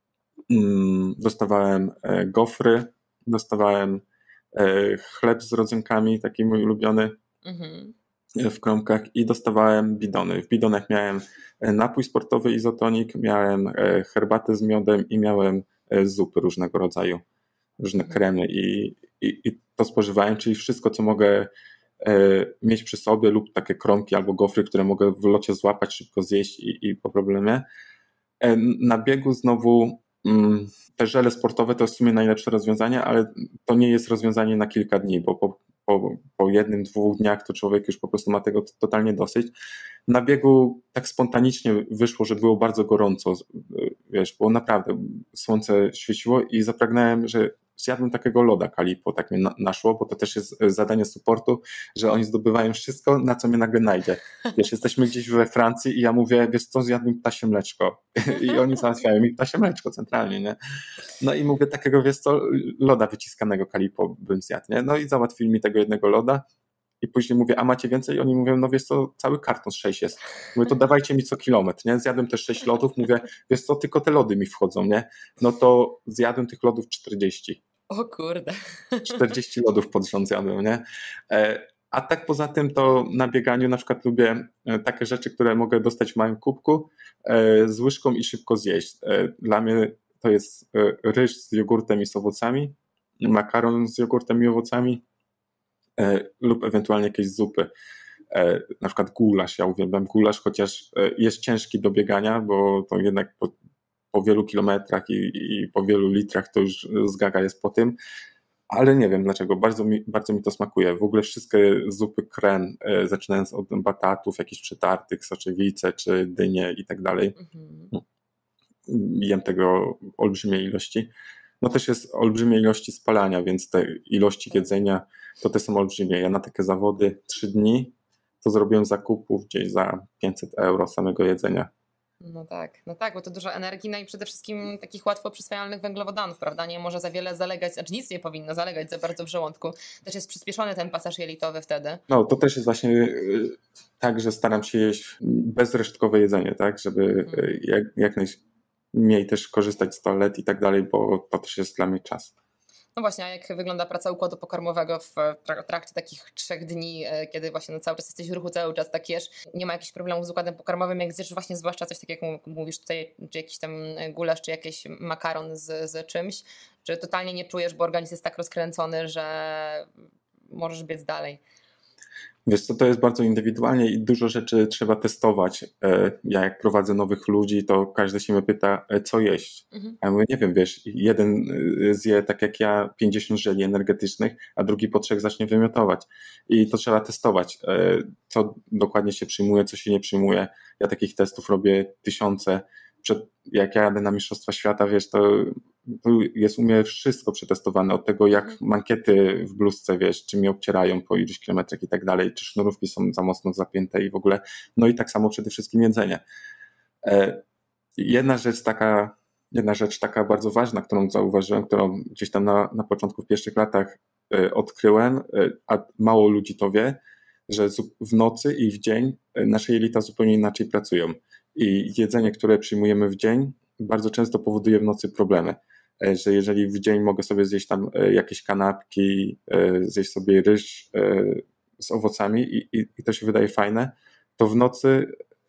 B: dostawałem gofry, dostawałem chleb z rodzynkami, taki mój ulubiony mhm. w kromkach i dostawałem bidony. W bidonach miałem napój sportowy izotonik, miałem herbatę z miodem i miałem zupy różnego rodzaju, różne mhm. kremy i, i, i to spożywałem, czyli wszystko, co mogę mieć przy sobie lub takie kromki albo gofry, które mogę w locie złapać, szybko zjeść i, i po problemie. Na biegu znowu te żele sportowe to jest w sumie najlepsze rozwiązanie, ale to nie jest rozwiązanie na kilka dni, bo po, po, po jednym, dwóch dniach to człowiek już po prostu ma tego totalnie dosyć. Na biegu tak spontanicznie wyszło, że było bardzo gorąco, wiesz, bo naprawdę słońce świeciło i zapragnąłem, że zjadłem takiego loda Calippo, tak mnie naszło, bo to też jest zadanie supportu, że oni zdobywają wszystko, na co mnie nagle najdzie. Wiesz, jesteśmy gdzieś we Francji i ja mówię, wiesz co, zjadłem ptasie mleczko. I oni załatwiają mi ptasie mleczko centralnie, nie? No i mówię, takiego, wiesz co, loda wyciskanego Calippo bym zjadł, nie? No i załatwili mi tego jednego loda i później mówię, a macie więcej? I oni mówią, no wiesz co, cały karton z sześć jest. Mówię, to dawajcie mi co kilometr, nie? Zjadłem też sześć lodów, mówię, wiesz co, tylko te lody mi wchodzą, nie? No to zjadłem tych lodów czterdzieści.
A: O kurde.
B: czterdzieści lodów pod rząd zjadłem, nie? A tak poza tym to na bieganiu na przykład lubię takie rzeczy, które mogę dostać w małym kubku z łyżką i szybko zjeść. Dla mnie to jest ryż z jogurtem i z owocami, makaron z jogurtem i owocami lub ewentualnie jakieś zupy. Na przykład gulasz, ja uwielbiam gulasz, chociaż jest ciężki do biegania, bo to jednak po, po wielu kilometrach i, i po wielu litrach to już zgaga jest po tym, ale nie wiem dlaczego, bardzo mi, bardzo mi to smakuje. W ogóle wszystkie zupy kren, zaczynając od batatów, jakichś przetartych, soczewice czy dynie i tak dalej, mhm. jem tego olbrzymiej ilości. No też jest olbrzymie ilości spalania, więc te ilości jedzenia to te są olbrzymie. Ja na takie zawody trzy dni to zrobiłem zakupów gdzieś za pięćset euro samego jedzenia.
A: No tak, no tak, bo to dużo energii, no i przede wszystkim takich łatwo przyswajalnych węglowodanów, prawda? Nie może za wiele zalegać, znaczy nic nie powinno zalegać za bardzo w żołądku. Też jest przyspieszony ten pasaż jelitowy wtedy.
B: No to też jest właśnie tak, że staram się jeść bezresztkowe jedzenie, tak, żeby hmm. jak, jak najmniej też korzystać z toalet i tak dalej, bo to też jest dla mnie czas.
A: No właśnie, a jak wygląda praca układu pokarmowego w trakcie takich trzech dni, kiedy właśnie no cały czas jesteś w ruchu, cały czas tak jesz, nie ma jakichś problemów z układem pokarmowym, jak zjesz właśnie zwłaszcza coś tak jak mówisz tutaj, czy jakiś tam gulasz, czy jakiś makaron z, z czymś, czy totalnie nie czujesz, bo organizm jest tak rozkręcony, że możesz biec dalej?
B: Wiesz co, to jest bardzo indywidualnie i dużo rzeczy trzeba testować. Ja jak prowadzę nowych ludzi, to każdy się mnie pyta, co jeść. Mhm. A ja mówię, nie wiem, wiesz, jeden zje tak jak ja pięćdziesiąt żeli energetycznych, a drugi po trzech zacznie wymiotować. I to trzeba testować, co dokładnie się przyjmuje, co się nie przyjmuje. Ja takich testów robię tysiące. Przed, jak ja jadę na Mistrzostwa Świata, wiesz, to, to jest u mnie wszystko przetestowane, od tego jak mankiety w bluzce, wiesz, czy mnie obcierają po iluś kilometrach i tak dalej, czy sznurówki są za mocno zapięte i w ogóle, no i tak samo przede wszystkim jedzenie. E, jedna rzecz taka, jedna rzecz taka bardzo ważna, którą zauważyłem, którą gdzieś tam na, na początku w pierwszych latach e, odkryłem, e, a mało ludzi to wie, że w nocy i w dzień nasze jelita zupełnie inaczej pracują. I jedzenie, które przyjmujemy w dzień, bardzo często powoduje w nocy problemy. Że jeżeli w dzień mogę sobie zjeść tam jakieś kanapki, zjeść sobie ryż z owocami i, i, i to się wydaje fajne, to w nocy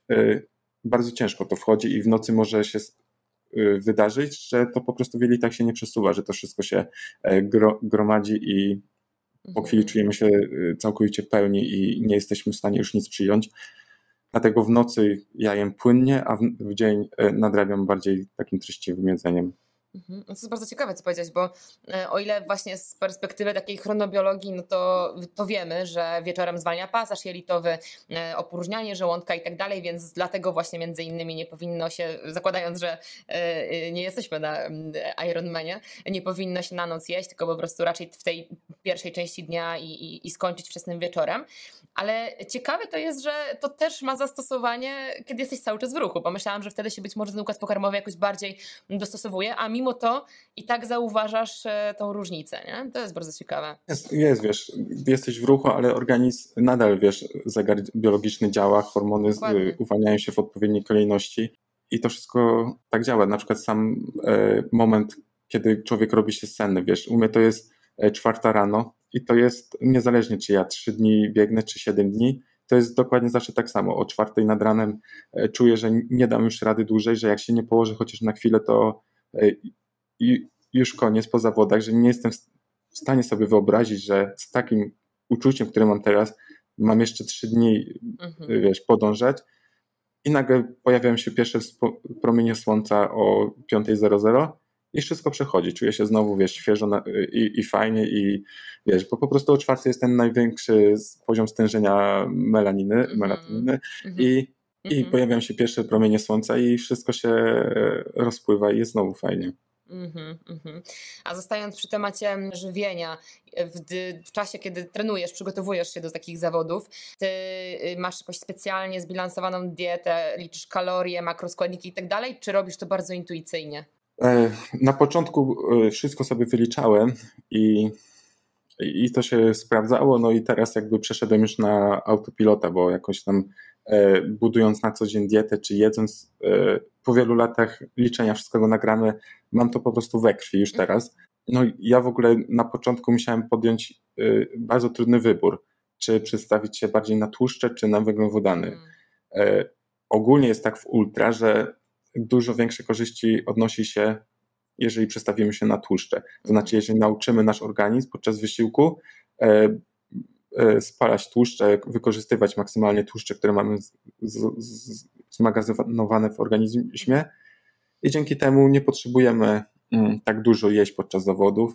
B: bardzo ciężko to wchodzi i w nocy może się wydarzyć, że to po prostu w jelitach się nie przesuwa, że to wszystko się gro, gromadzi i po chwili czujemy się całkowicie pełni i nie jesteśmy w stanie już nic przyjąć. Dlatego w nocy ja jem płynnie, a w, w dzień nadrabiam bardziej takim treściwym jedzeniem.
A: Mhm. To jest bardzo ciekawe, co powiedziałeś, bo o ile właśnie z perspektywy takiej chronobiologii, no to, to wiemy, że wieczorem zwalnia pasaż jelitowy, opróżnianie żołądka i tak dalej, więc dlatego właśnie między innymi nie powinno się, zakładając, że nie jesteśmy na Ironmanie, nie powinno się na noc jeść, tylko po prostu raczej w tej pierwszej części dnia i, i, i skończyć wczesnym wieczorem. Ale ciekawe to jest, że to też ma zastosowanie, kiedy jesteś cały czas w ruchu, bo myślałam, że wtedy się być może ten układ pokarmowy jakoś bardziej dostosowuje, a mimo to i tak zauważasz tą różnicę, nie? To jest bardzo ciekawe.
B: Jest, jest, wiesz, jesteś w ruchu, ale organizm nadal, wiesz, zegar biologiczny działa, hormony Dokładnie. uwalniają się w odpowiedniej kolejności i to wszystko tak działa. Na przykład sam e, moment, kiedy człowiek robi się senny, wiesz, u mnie to jest e, czwarta rano i to jest niezależnie, czy ja trzy dni biegnę, czy siedem dni, to jest dokładnie zawsze tak samo. O czwartej nad ranem e, czuję, że nie dam już rady dłużej, że jak się nie położę chociaż na chwilę, to i już koniec po zawodach, że nie jestem w stanie sobie wyobrazić, że z takim uczuciem, które mam teraz, mam jeszcze trzy dni, mhm. wiesz, podążać i nagle pojawiają się pierwsze promienie słońca o piąta zero zero i wszystko przechodzi. Czuję się znowu, wiesz, świeżo na, i, i fajnie i wiesz, bo po prostu o czwartej jest ten największy poziom stężenia melaniny, mhm. melatoniny mhm. i I mhm. pojawiają się pierwsze promienie słońca i wszystko się rozpływa i jest znowu fajnie.
A: Mm-hmm, mm-hmm. A zostając przy temacie żywienia, w, w czasie, kiedy trenujesz, przygotowujesz się do takich zawodów, ty masz jakoś specjalnie zbilansowaną dietę, liczysz kalorie, makroskładniki i tak dalej, czy robisz to bardzo intuicyjnie?
B: Na początku wszystko sobie wyliczałem i I to się sprawdzało, no i teraz jakby przeszedłem już na autopilota, bo jakoś tam e, budując na co dzień dietę, czy jedząc, e, po wielu latach liczenia wszystkiego nagrane, mam to po prostu we krwi już teraz. No i ja w ogóle na początku musiałem podjąć e, bardzo trudny wybór, czy przedstawić się bardziej na tłuszcze, czy na węglowodany. E, ogólnie jest tak w ultra, że dużo większe korzyści odnosi się, jeżeli przestawimy się na tłuszcze. To znaczy, jeżeli nauczymy nasz organizm podczas wysiłku e, spalać tłuszcze, wykorzystywać maksymalnie tłuszcze, które mamy z, z, z, zmagazynowane w organizmie i dzięki temu nie potrzebujemy tak dużo jeść podczas zawodów.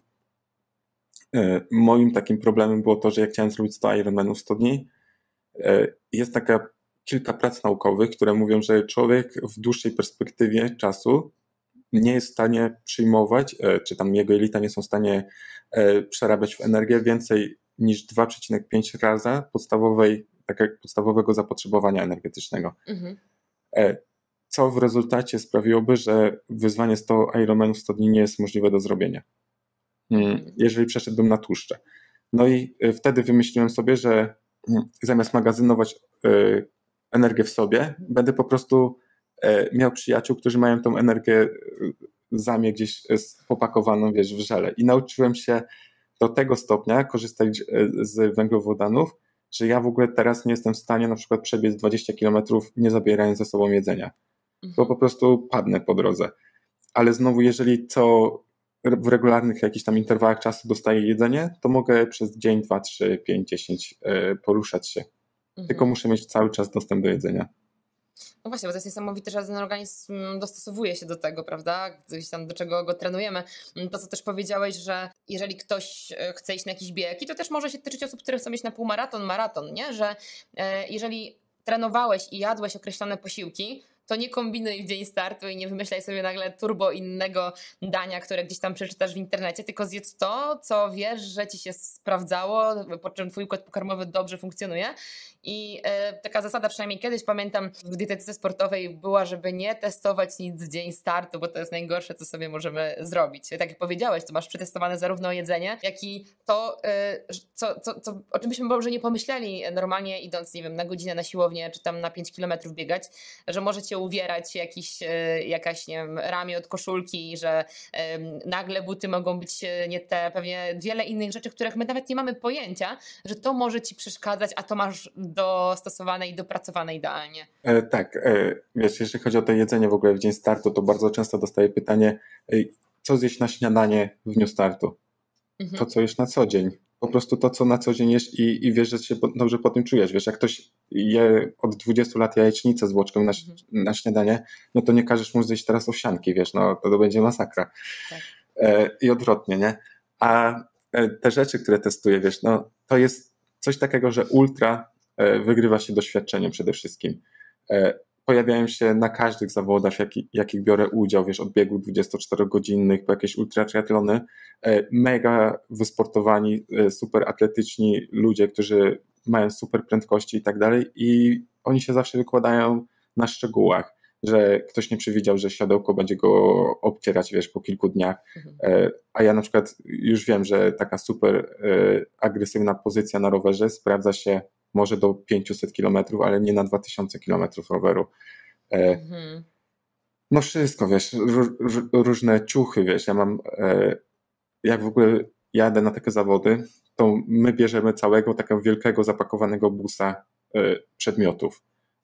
B: Moim takim problemem było to, że jak chciałem zrobić sto Ironmanów w sto dni, jest taka kilka prac naukowych, które mówią, że człowiek w dłuższej perspektywie czasu nie jest w stanie przyjmować, czy tam jego jelita nie są w stanie przerabiać w energię więcej niż dwa przecinek pięć razy podstawowej, tak jak podstawowego zapotrzebowania energetycznego. Mhm. Co w rezultacie sprawiłoby, że wyzwanie sto Ironmanów w sto dni nie jest możliwe do zrobienia, jeżeli przeszedłbym na tłuszcze. No i wtedy wymyśliłem sobie, że zamiast magazynować energię w sobie, będę po prostu miał przyjaciół, którzy mają tą energię za mnie gdzieś popakowaną, wiesz, w żele. I nauczyłem się do tego stopnia korzystać z węglowodanów, że ja w ogóle teraz nie jestem w stanie na przykład przebiec dwadzieścia kilometrów nie zabierając ze sobą jedzenia, bo po prostu padnę po drodze. Ale znowu, jeżeli co w regularnych jakichś tam interwałach czasu dostaję jedzenie, to mogę przez dzień, dwa, trzy, pięć, dziesięć poruszać się. Mhm. Tylko muszę mieć cały czas dostęp do jedzenia.
A: No właśnie, bo to jest niesamowite, że ten organizm dostosowuje się do tego, prawda? Gdzieś tam do czego go trenujemy. To, co też powiedziałeś, że jeżeli ktoś chce iść na jakiś bieg, i to też może się tyczyć osób, które chcą iść na półmaraton, maraton, nie? Że jeżeli trenowałeś i jadłeś określone posiłki, to nie kombinuj w dzień startu i nie wymyślaj sobie nagle turbo innego dania, które gdzieś tam przeczytasz w internecie, tylko zjedz to, co wiesz, że ci się sprawdzało, po czym twój układ pokarmowy dobrze funkcjonuje. I e, taka zasada, przynajmniej kiedyś pamiętam w dietetyce sportowej była, żeby nie testować nic w dzień startu, bo to jest najgorsze, co sobie możemy zrobić. Tak jak powiedziałeś, to masz przetestowane zarówno jedzenie, jak i to, e, co, co, co, o czym byśmy może nie pomyśleli normalnie idąc, nie wiem, na godzinę na siłownię, czy tam na pięć kilometrów biegać, że możecie uwierać jakiś, jakaś, nie wiem, ramię od koszulki, że um, nagle buty mogą być nie te, pewnie wiele innych rzeczy, których my nawet nie mamy pojęcia, że to może ci przeszkadzać, a to masz dostosowane i dopracowane idealnie.
B: E, tak, e, wiesz, jeżeli chodzi o to jedzenie w ogóle w dzień startu, to bardzo często dostaję pytanie, co zjeść na śniadanie w dniu startu? Mhm. To, co jesz na co dzień. Po prostu to, co na co dzień jesz i, i wiesz, że się dobrze po tym czujesz. Wiesz, jak ktoś je od dwudziestu lat jajecznicę z boczkiem na, mhm. na śniadanie, no to nie każesz mu zjeść teraz owsianki, wiesz, no to, to będzie masakra. Tak. E, I odwrotnie, nie? A e, te rzeczy, które testuję, wiesz, no to jest coś takiego, że ultra e, wygrywa się doświadczeniem przede wszystkim. E, pojawiają się na każdych zawodach, w jakich, jakich biorę udział, wiesz, od biegów dwudziestoczterogodzinnych po jakieś ultratriatlony, mega wysportowani, super atletyczni ludzie, którzy mają super prędkości i tak dalej i oni się zawsze wykładają na szczegółach, że ktoś nie przewidział, że siodełko będzie go obcierać, wiesz, po kilku dniach, mhm. a ja na przykład już wiem, że taka super agresywna pozycja na rowerze sprawdza się może do pięciuset kilometrów, ale nie na dwa tysiące kilometrów roweru. Mhm. No wszystko, wiesz, r- różne ciuchy, wiesz, ja mam, jak w ogóle jadę na takie zawody, to my bierzemy całego takiego wielkiego zapakowanego busa przedmiotów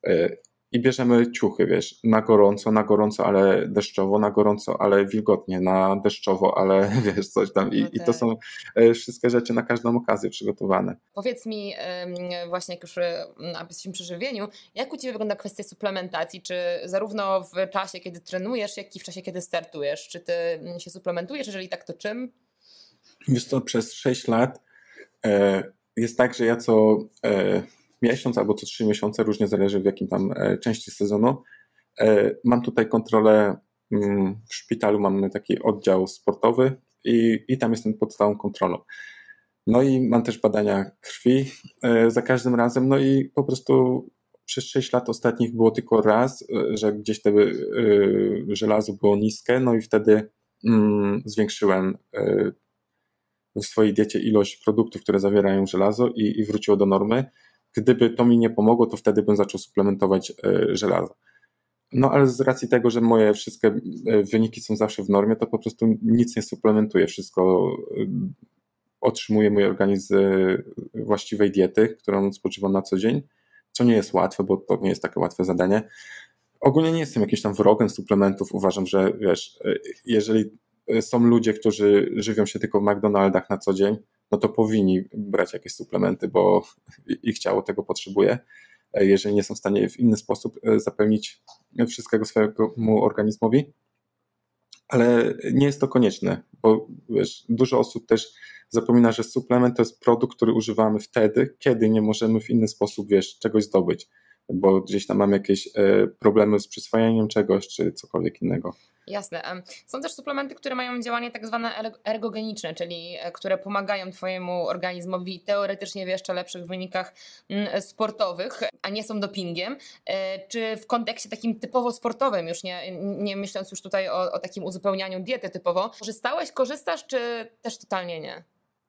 B: i bierzemy ciuchy, wiesz, na gorąco, na gorąco, ale deszczowo, na gorąco, ale wilgotnie, na deszczowo, ale wiesz, coś tam. I, no tak. i to są wszystkie rzeczy na każdą okazję przygotowane.
A: Powiedz mi, właśnie jak już jesteśmy przy żywieniu, jak u Ciebie wygląda kwestia suplementacji? Czy zarówno w czasie, kiedy trenujesz, jak i w czasie, kiedy startujesz? Czy Ty się suplementujesz? Jeżeli tak, to czym?
B: Wiesz co, przez sześć lat jest tak, że ja co miesiąc albo co trzy miesiące, różnie zależy w jakim tam części sezonu. Mam tutaj kontrolę w szpitalu, mamy taki oddział sportowy i, i tam jestem pod stałą kontrolą. No i mam też badania krwi za każdym razem, no i po prostu przez sześć lat ostatnich było tylko raz, że gdzieś te żelazo było niskie, no i wtedy zwiększyłem w swojej diecie ilość produktów, które zawierają żelazo i, i wróciło do normy. Gdyby to mi nie pomogło, to wtedy bym zaczął suplementować y, żelazo. No ale z racji tego, że moje wszystkie wyniki są zawsze w normie, to po prostu nic nie suplementuję. Wszystko y, otrzymuje mój organizm z właściwej diety, którą spożywam na co dzień, co nie jest łatwe, bo to nie jest takie łatwe zadanie. Ogólnie nie jestem jakimś tam wrogiem suplementów. Uważam, że wiesz, jeżeli są ludzie, którzy żywią się tylko w McDonaldach na co dzień, no to powinni brać jakieś suplementy, bo ich ciało tego potrzebuje, jeżeli nie są w stanie w inny sposób zapewnić wszystkiego swojemu organizmowi. Ale nie jest to konieczne, bo wiesz, dużo osób też zapomina, że suplement to jest produkt, który używamy wtedy, kiedy nie możemy w inny sposób, wiesz, czegoś zdobyć, bo gdzieś tam mamy jakieś e, problemy z przyswajaniem czegoś, czy cokolwiek innego.
A: Jasne. Są też suplementy, które mają działanie tak zwane ergogeniczne, czyli które pomagają twojemu organizmowi teoretycznie w jeszcze lepszych wynikach sportowych, a nie są dopingiem. Czy w kontekście takim typowo sportowym, już nie, nie myśląc już tutaj o, o takim uzupełnianiu diety typowo, korzystałeś, korzystasz, czy też totalnie nie?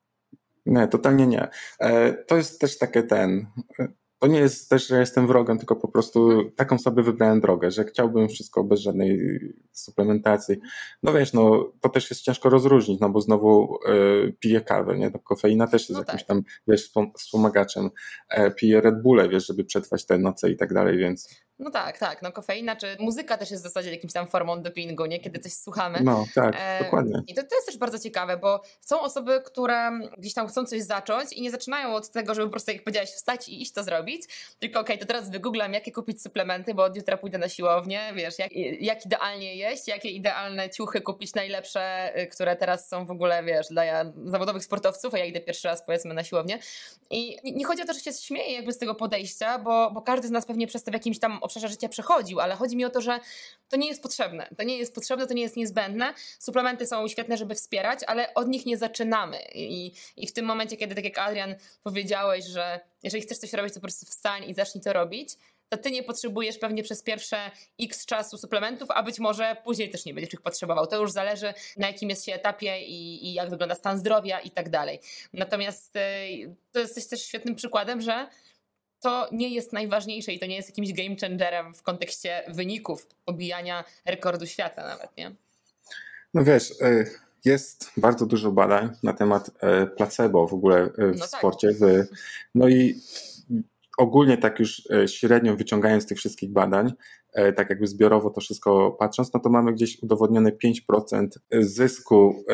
B: Nie, totalnie nie. To jest też takie ten... To nie jest też, że jestem wrogiem, tylko po prostu taką sobie wybrałem drogę, że chciałbym wszystko bez żadnej suplementacji. No wiesz, no to też jest ciężko rozróżnić, no bo znowu e, piję kawę, nie? To kofeina też jest no jakimś tak. tam, wiesz, wspomagaczem. E, piję Red Bulle, wiesz, żeby przetrwać te noce i tak dalej, więc...
A: No tak, tak, no kofeina czy muzyka też jest w zasadzie jakimś tam formą dopingu, nie? Kiedy coś słuchamy.
B: No tak, e, dokładnie.
A: I to, to jest też bardzo ciekawe, bo są osoby, które gdzieś tam chcą coś zacząć i nie zaczynają od tego, żeby po prostu, jak powiedziałaś, wstać i iść to zrobić, tylko okej, okay, to teraz wygooglam, jakie kupić suplementy, bo od jutra pójdę na siłownię, wiesz, jak, jak idealnie jeść, jakie idealne ciuchy kupić, najlepsze, które teraz są w ogóle, wiesz, dla zawodowych sportowców, a ja idę pierwszy raz, powiedzmy, na siłownię. I nie, nie chodzi o to, że się śmieję jakby z tego podejścia, bo, bo każdy z nas pewnie przez to w jakimś tam obszarze życia przechodził, ale chodzi mi o to, że to nie jest potrzebne. To nie jest potrzebne, to nie jest niezbędne. Suplementy są świetne, żeby wspierać, ale od nich nie zaczynamy. I, i w tym momencie, kiedy tak jak Adrian powiedziałeś, że jeżeli chcesz coś robić, to po prostu wstań i zacznij to robić, to ty nie potrzebujesz pewnie przez pierwsze x czasu suplementów, a być może później też nie będziesz ich potrzebował. To już zależy, na jakim jest się etapie i, i jak wygląda stan zdrowia i tak dalej. Natomiast yy, to jesteś też świetnym przykładem, że to nie jest najważniejsze i to nie jest jakimś game changerem w kontekście wyników, pobijania rekordu świata nawet, nie?
B: No wiesz, jest bardzo dużo badań na temat placebo w ogóle w no sporcie. Tak. No i ogólnie tak już średnio wyciągając z tych wszystkich badań, tak jakby zbiorowo to wszystko patrząc, no to mamy gdzieś udowodnione pięć procent zysku,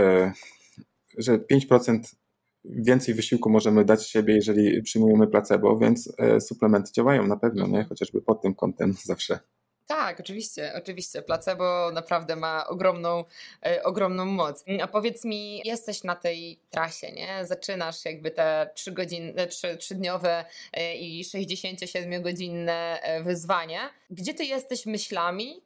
B: że pięć procent więcej wysiłku możemy dać siebie, jeżeli przyjmujemy placebo, więc suplementy działają na pewno, nie? Chociażby pod tym kątem zawsze.
A: Tak, oczywiście, oczywiście. Placebo naprawdę ma ogromną, e, ogromną moc. A powiedz mi, jesteś na tej trasie, nie? Zaczynasz jakby te trzy godzinne, trzy, trzydniowe e, i sześćdziesięciosiedmiogodzinne wyzwanie. Gdzie ty jesteś myślami?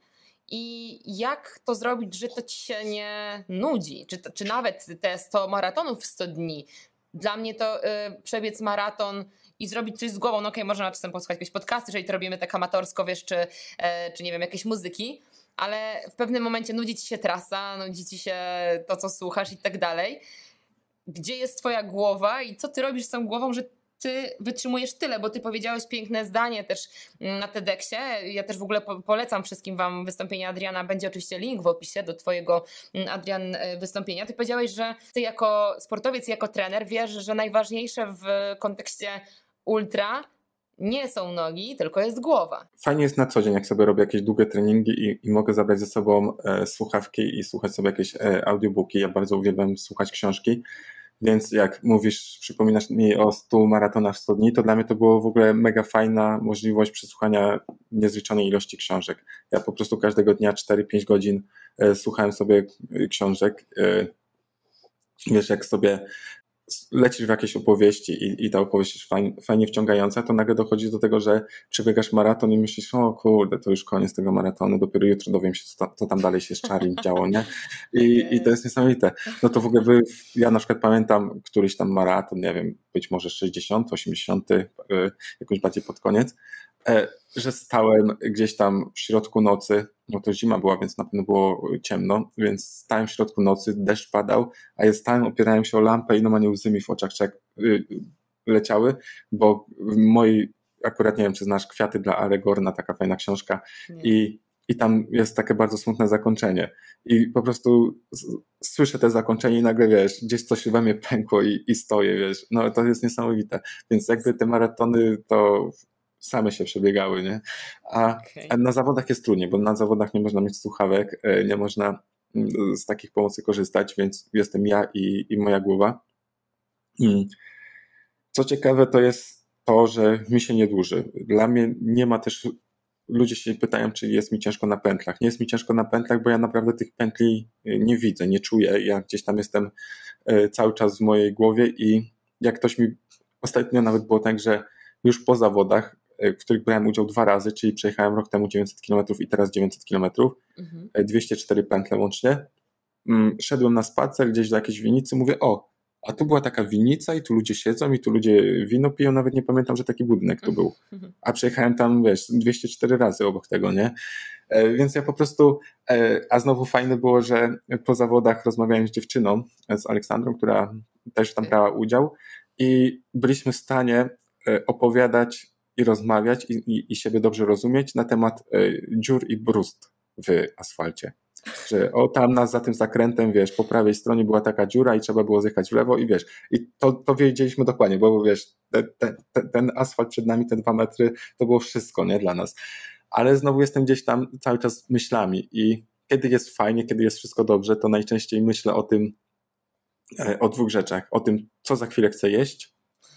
A: I jak to zrobić, że to ci się nie nudzi? Czy, czy nawet te sto maratonów w sto dni? Dla mnie to y, przebiec maraton i zrobić coś z głową, no okej, okay, można czasem posłuchać jakieś podcasty, jeżeli to robimy tak amatorsko, wiesz, czy, e, czy nie wiem, jakieś muzyki, ale w pewnym momencie nudzi ci się trasa, nudzi ci się to, co słuchasz i tak dalej. Gdzie jest twoja głowa i co ty robisz z tą głową, że ty wytrzymujesz tyle, bo ty powiedziałeś piękne zdanie też na TEDxie. Ja też w ogóle polecam wszystkim wam wystąpienie Adriana. Będzie oczywiście link w opisie do twojego, Adrian, wystąpienia. Ty powiedziałeś, że ty jako sportowiec, jako trener wiesz, że najważniejsze w kontekście ultra nie są nogi, tylko jest głowa.
B: Fajnie jest na co dzień, jak sobie robię jakieś długie treningi i, i mogę zabrać ze sobą e, słuchawki i słuchać sobie jakieś e, audiobooki. Ja bardzo uwielbiam słuchać książki. Więc jak mówisz, przypominasz mi o stu maratonach w sto dni, to dla mnie to było w ogóle mega fajna możliwość przesłuchania niezliczonej ilości książek. Ja po prostu każdego dnia cztery pięć godzin e, słuchałem sobie książek. E, wiesz, jak sobie lecisz w jakieś opowieści i, i ta opowieść jest fajnie, fajnie wciągająca, to nagle dochodzi do tego, że przebiegasz maraton i myślisz, o kurde, to już koniec tego maratonu, dopiero jutro dowiem się, co, co tam dalej się z Charlie działo, nie? I, i to jest niesamowite. No to w ogóle wy, ja na przykład pamiętam któryś tam maraton, nie wiem, być może sześćdziesiąty, osiemdziesiąty, jakoś bardziej pod koniec, że stałem gdzieś tam w środku nocy, no to zima była, więc na pewno było ciemno, więc stałem w środku nocy, deszcz padał, a ja stałem, opierałem się o lampę i normalnie łzy mi w oczach leciały, bo w mojej, akurat nie wiem, czy znasz Kwiaty dla Aregorna, taka fajna książka, i, i tam jest takie bardzo smutne zakończenie i po prostu słyszę te zakończenie i nagle, wiesz, gdzieś coś we mnie pękło i, i stoję, wiesz, no to jest niesamowite, więc jakby te maratony to same się przebiegały, nie? A, okay. a na zawodach jest trudniej, bo na zawodach nie można mieć słuchawek, nie można z takich pomocy korzystać, więc jestem ja i, i moja głowa. Mm. Co ciekawe, to jest to, że mi się nie dłuży. Dla mnie nie ma też, ludzie się pytają, czy jest mi ciężko na pętlach. Nie jest mi ciężko na pętlach, bo ja naprawdę tych pętli nie widzę, nie czuję. Ja gdzieś tam jestem cały czas w mojej głowie i jak ktoś mi, ostatnio nawet było tak, że już po zawodach, w których brałem udział dwa razy, czyli przejechałem rok temu dziewięćset kilometrów i teraz dziewięćset kilometrów, mhm. dwieście cztery pętle łącznie, szedłem na spacer gdzieś do jakiejś winnicy, mówię, o, a tu była taka winnica i tu ludzie siedzą i tu ludzie wino piją, nawet nie pamiętam, że taki budynek tu był. A przejechałem tam, wiesz, dwieście cztery razy obok tego, nie? Więc ja po prostu, a znowu fajne było, że po zawodach rozmawiałem z dziewczyną, z Aleksandrą, która też tam brała udział i byliśmy w stanie opowiadać i rozmawiać i, i, i siebie dobrze rozumieć na temat dziur i brust w asfalcie. Że o, tam nas za tym zakrętem, wiesz, po prawej stronie była taka dziura i trzeba było zjechać w lewo i wiesz, i to, to wiedzieliśmy dokładnie, bo wiesz, te, te, te, ten asfalt przed nami, te dwa metry, to było wszystko, nie, dla nas. Ale znowu jestem gdzieś tam cały czas myślami i kiedy jest fajnie, kiedy jest wszystko dobrze, to najczęściej myślę o tym, o dwóch rzeczach, o tym, co za chwilę chcę jeść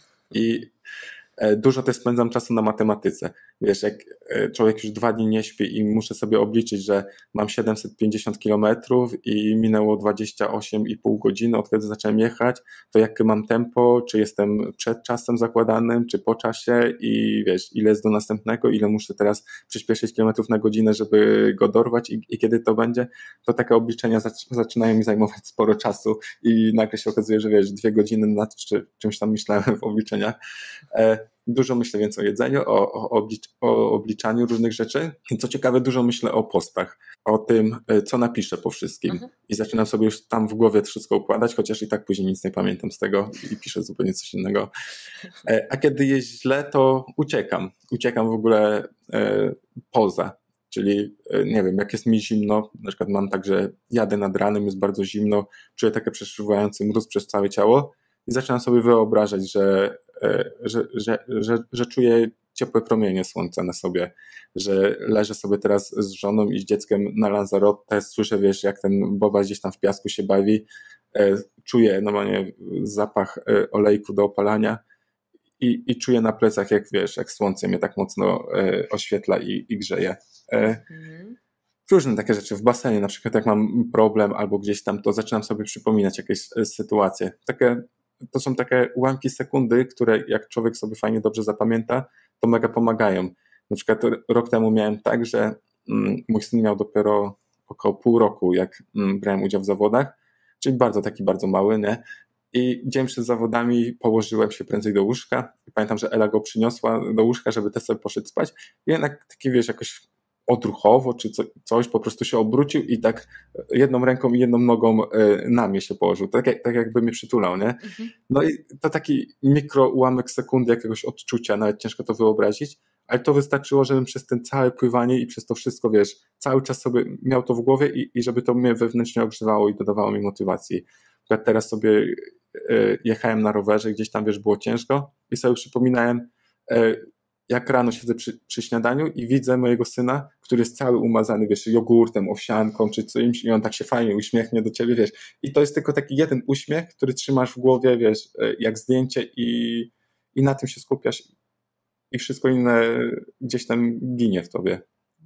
B: i dużo też spędzam czasu na matematyce. Wiesz, jak człowiek już dwa dni nie śpi i muszę sobie obliczyć, że mam siedemset pięćdziesiąt kilometrów i minęło dwadzieścia osiem i pół godziny, od kiedy zacząłem jechać, to jakie mam tempo, czy jestem przed czasem zakładanym, czy po czasie i wiesz, ile jest do następnego, ile muszę teraz przyspieszyć kilometrów na godzinę, żeby go dorwać i, i kiedy to będzie, to takie obliczenia zac- zaczynają mi zajmować sporo czasu i nagle się okazuje, że wiesz, dwie godziny nad czy, czymś tam myślałem w obliczeniach. E, Dużo myślę więc o jedzeniu, o, o, oblicz, o obliczaniu różnych rzeczy. I co ciekawe, dużo myślę o postach, o tym, co napiszę po wszystkim. Mhm. I zaczynam sobie już tam w głowie wszystko układać, chociaż i tak później nic nie pamiętam z tego i piszę zupełnie coś innego. A kiedy jest źle, to uciekam. Uciekam w ogóle e, poza. Czyli nie wiem, jak jest mi zimno, na przykład mam tak, że jadę nad ranem, jest bardzo zimno, czuję taki przeszywający mróz przez całe ciało i zaczynam sobie wyobrażać, że Że, że, że, że czuję ciepłe promienie słońca na sobie, że leżę sobie teraz z żoną i z dzieckiem na Lanzarote, słyszę, wiesz, jak ten Boba gdzieś tam w piasku się bawi, czuję normalnie zapach olejku do opalania i, i czuję na plecach, jak wiesz, jak słońce mnie tak mocno oświetla i, i grzeje. Mhm. Różne takie rzeczy, w basenie na przykład jak mam problem albo gdzieś tam, to zaczynam sobie przypominać jakieś sytuacje. Takie To są takie ułamki sekundy, które jak człowiek sobie fajnie dobrze zapamięta, to mega pomagają. Na przykład rok temu miałem tak, że mój syn miał dopiero około pół roku, jak brałem udział w zawodach, czyli bardzo taki bardzo mały, nie? I dzień przed zawodami położyłem się prędzej do łóżka i pamiętam, że Ela go przyniosła do łóżka, żeby też sobie poszedł spać i jednak taki, wiesz, jakoś odruchowo czy co, coś, po prostu się obrócił i tak jedną ręką i jedną nogą na mnie się położył, tak, jak, tak jakby mnie przytulał, nie? Mhm. No i to taki mikro ułamek sekundy jakiegoś odczucia, nawet ciężko to wyobrazić, ale to wystarczyło, żebym przez ten całe pływanie i przez to wszystko, wiesz, cały czas sobie miał to w głowie i, i żeby to mnie wewnętrznie ogrzewało i dodawało mi motywacji. Teraz sobie jechałem na rowerze, gdzieś tam, wiesz, było ciężko i sobie przypominałem, jak rano siedzę przy, przy śniadaniu i widzę mojego syna, który jest cały umazany, wiesz, jogurtem, owsianką czy czymś i on tak się fajnie uśmiechnie do ciebie, wiesz. I to jest tylko taki jeden uśmiech, który trzymasz w głowie, wiesz, jak zdjęcie i, i na tym się skupiasz i wszystko inne gdzieś tam ginie w tobie.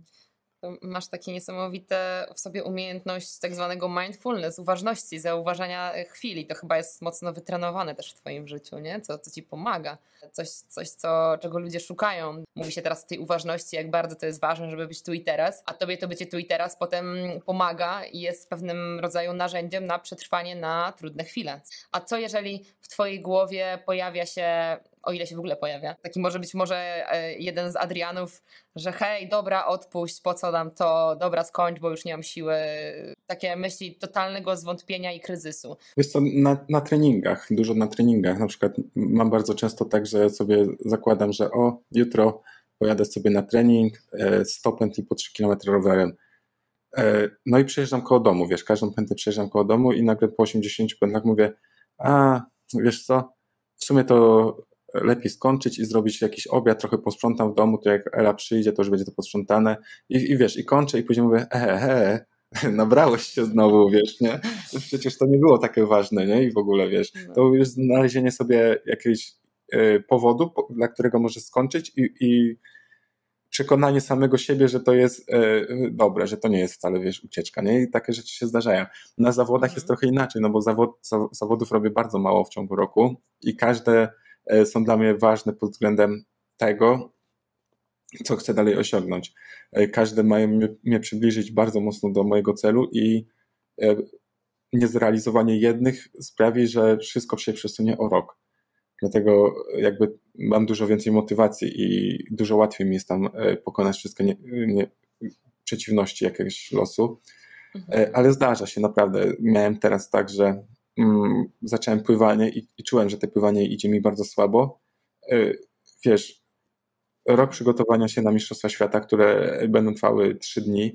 A: To masz takie niesamowite w sobie umiejętność tak zwanego mindfulness, uważności, zauważania chwili. To chyba jest mocno wytrenowane też w twoim życiu, nie? Co, co ci pomaga. Coś, coś co, czego ludzie szukają. Mówi się teraz o tej uważności, jak bardzo to jest ważne, żeby być tu i teraz, a tobie to bycie tu i teraz potem pomaga i jest pewnym rodzaju narzędziem na przetrwanie na trudne chwile. A co jeżeli w twojej głowie pojawia się, o ile się w ogóle pojawia, taki może być może jeden z Adrianów, że hej, dobra, odpuść, po co nam to, dobra, skończ, bo już nie mam siły. Takie myśli totalnego zwątpienia i kryzysu.
B: Wiesz co, na, na treningach, dużo na treningach, na przykład mam bardzo często tak, że ja sobie zakładam, że o, jutro pojadę sobie na trening, sto pętli po trzy kilometry rowerem. No i przejeżdżam koło domu, wiesz, każdą pętlę przejeżdżam koło domu i nagle po osiemdziesięciu pętlach mówię, a wiesz co, w sumie to lepiej skończyć i zrobić jakiś obiad, trochę posprzątam w domu, to jak Ela przyjdzie, to już będzie to posprzątane i, i wiesz, i kończę i później mówię, he, he, nabrałeś się znowu, wiesz, nie? Przecież to nie było takie ważne, nie? I w ogóle, wiesz, to już znalezienie sobie jakiegoś y, powodu, po, dla którego możesz skończyć i, i przekonanie samego siebie, że to jest y, dobre, że to nie jest wcale, wiesz, ucieczka, nie? I takie rzeczy się zdarzają. Na zawodach mhm. jest trochę inaczej, no bo zawod, zawodów robię bardzo mało w ciągu roku i każde y, są dla mnie ważne pod względem tego, co chcę dalej osiągnąć. Każde mają mnie, mnie przybliżyć bardzo mocno do mojego celu i niezrealizowanie jednych sprawi, że wszystko się przesunie o rok. Dlatego jakby mam dużo więcej motywacji i dużo łatwiej mi jest tam pokonać wszystkie nie, nie, przeciwności jakiegoś losu. Mhm. Ale zdarza się naprawdę. Miałem teraz tak, że mm, zacząłem pływanie i, i czułem, że to pływanie idzie mi bardzo słabo. Wiesz, rok przygotowania się na Mistrzostwa Świata, które będą trwały trzy dni.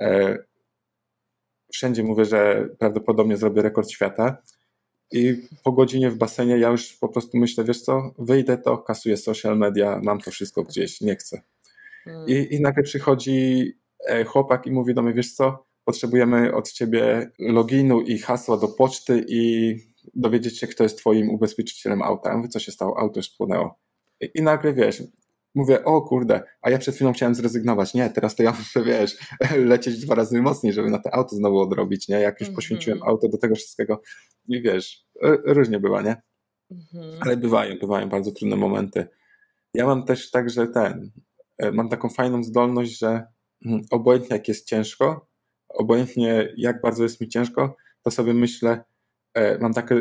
B: Wszędzie mówię, że prawdopodobnie zrobię rekord świata i po godzinie w basenie ja już po prostu myślę, wiesz co, wyjdę to, kasuję social media, mam to wszystko gdzieś, nie chcę. Hmm. I, I nagle przychodzi chłopak i mówi do mnie, wiesz co, potrzebujemy od ciebie loginu i hasła do poczty i dowiedzieć się, kto jest twoim ubezpieczycielem auta. Ja mówię, co się stało? Auto już spłynęło. I, i nagle, wiesz, mówię, o kurde, a ja przed chwilą chciałem zrezygnować. Nie, teraz to ja muszę, wiesz, lecieć dwa razy mocniej, żeby na to auto znowu odrobić, nie? Jak już mm-hmm. poświęciłem auto do tego wszystkiego i wiesz, różnie bywa, nie? Mm-hmm. Ale bywają, bywają bardzo trudne momenty. Ja mam też tak, że ten, mam taką fajną zdolność, że obojętnie jak jest ciężko, obojętnie jak bardzo jest mi ciężko, to sobie myślę, mam takie,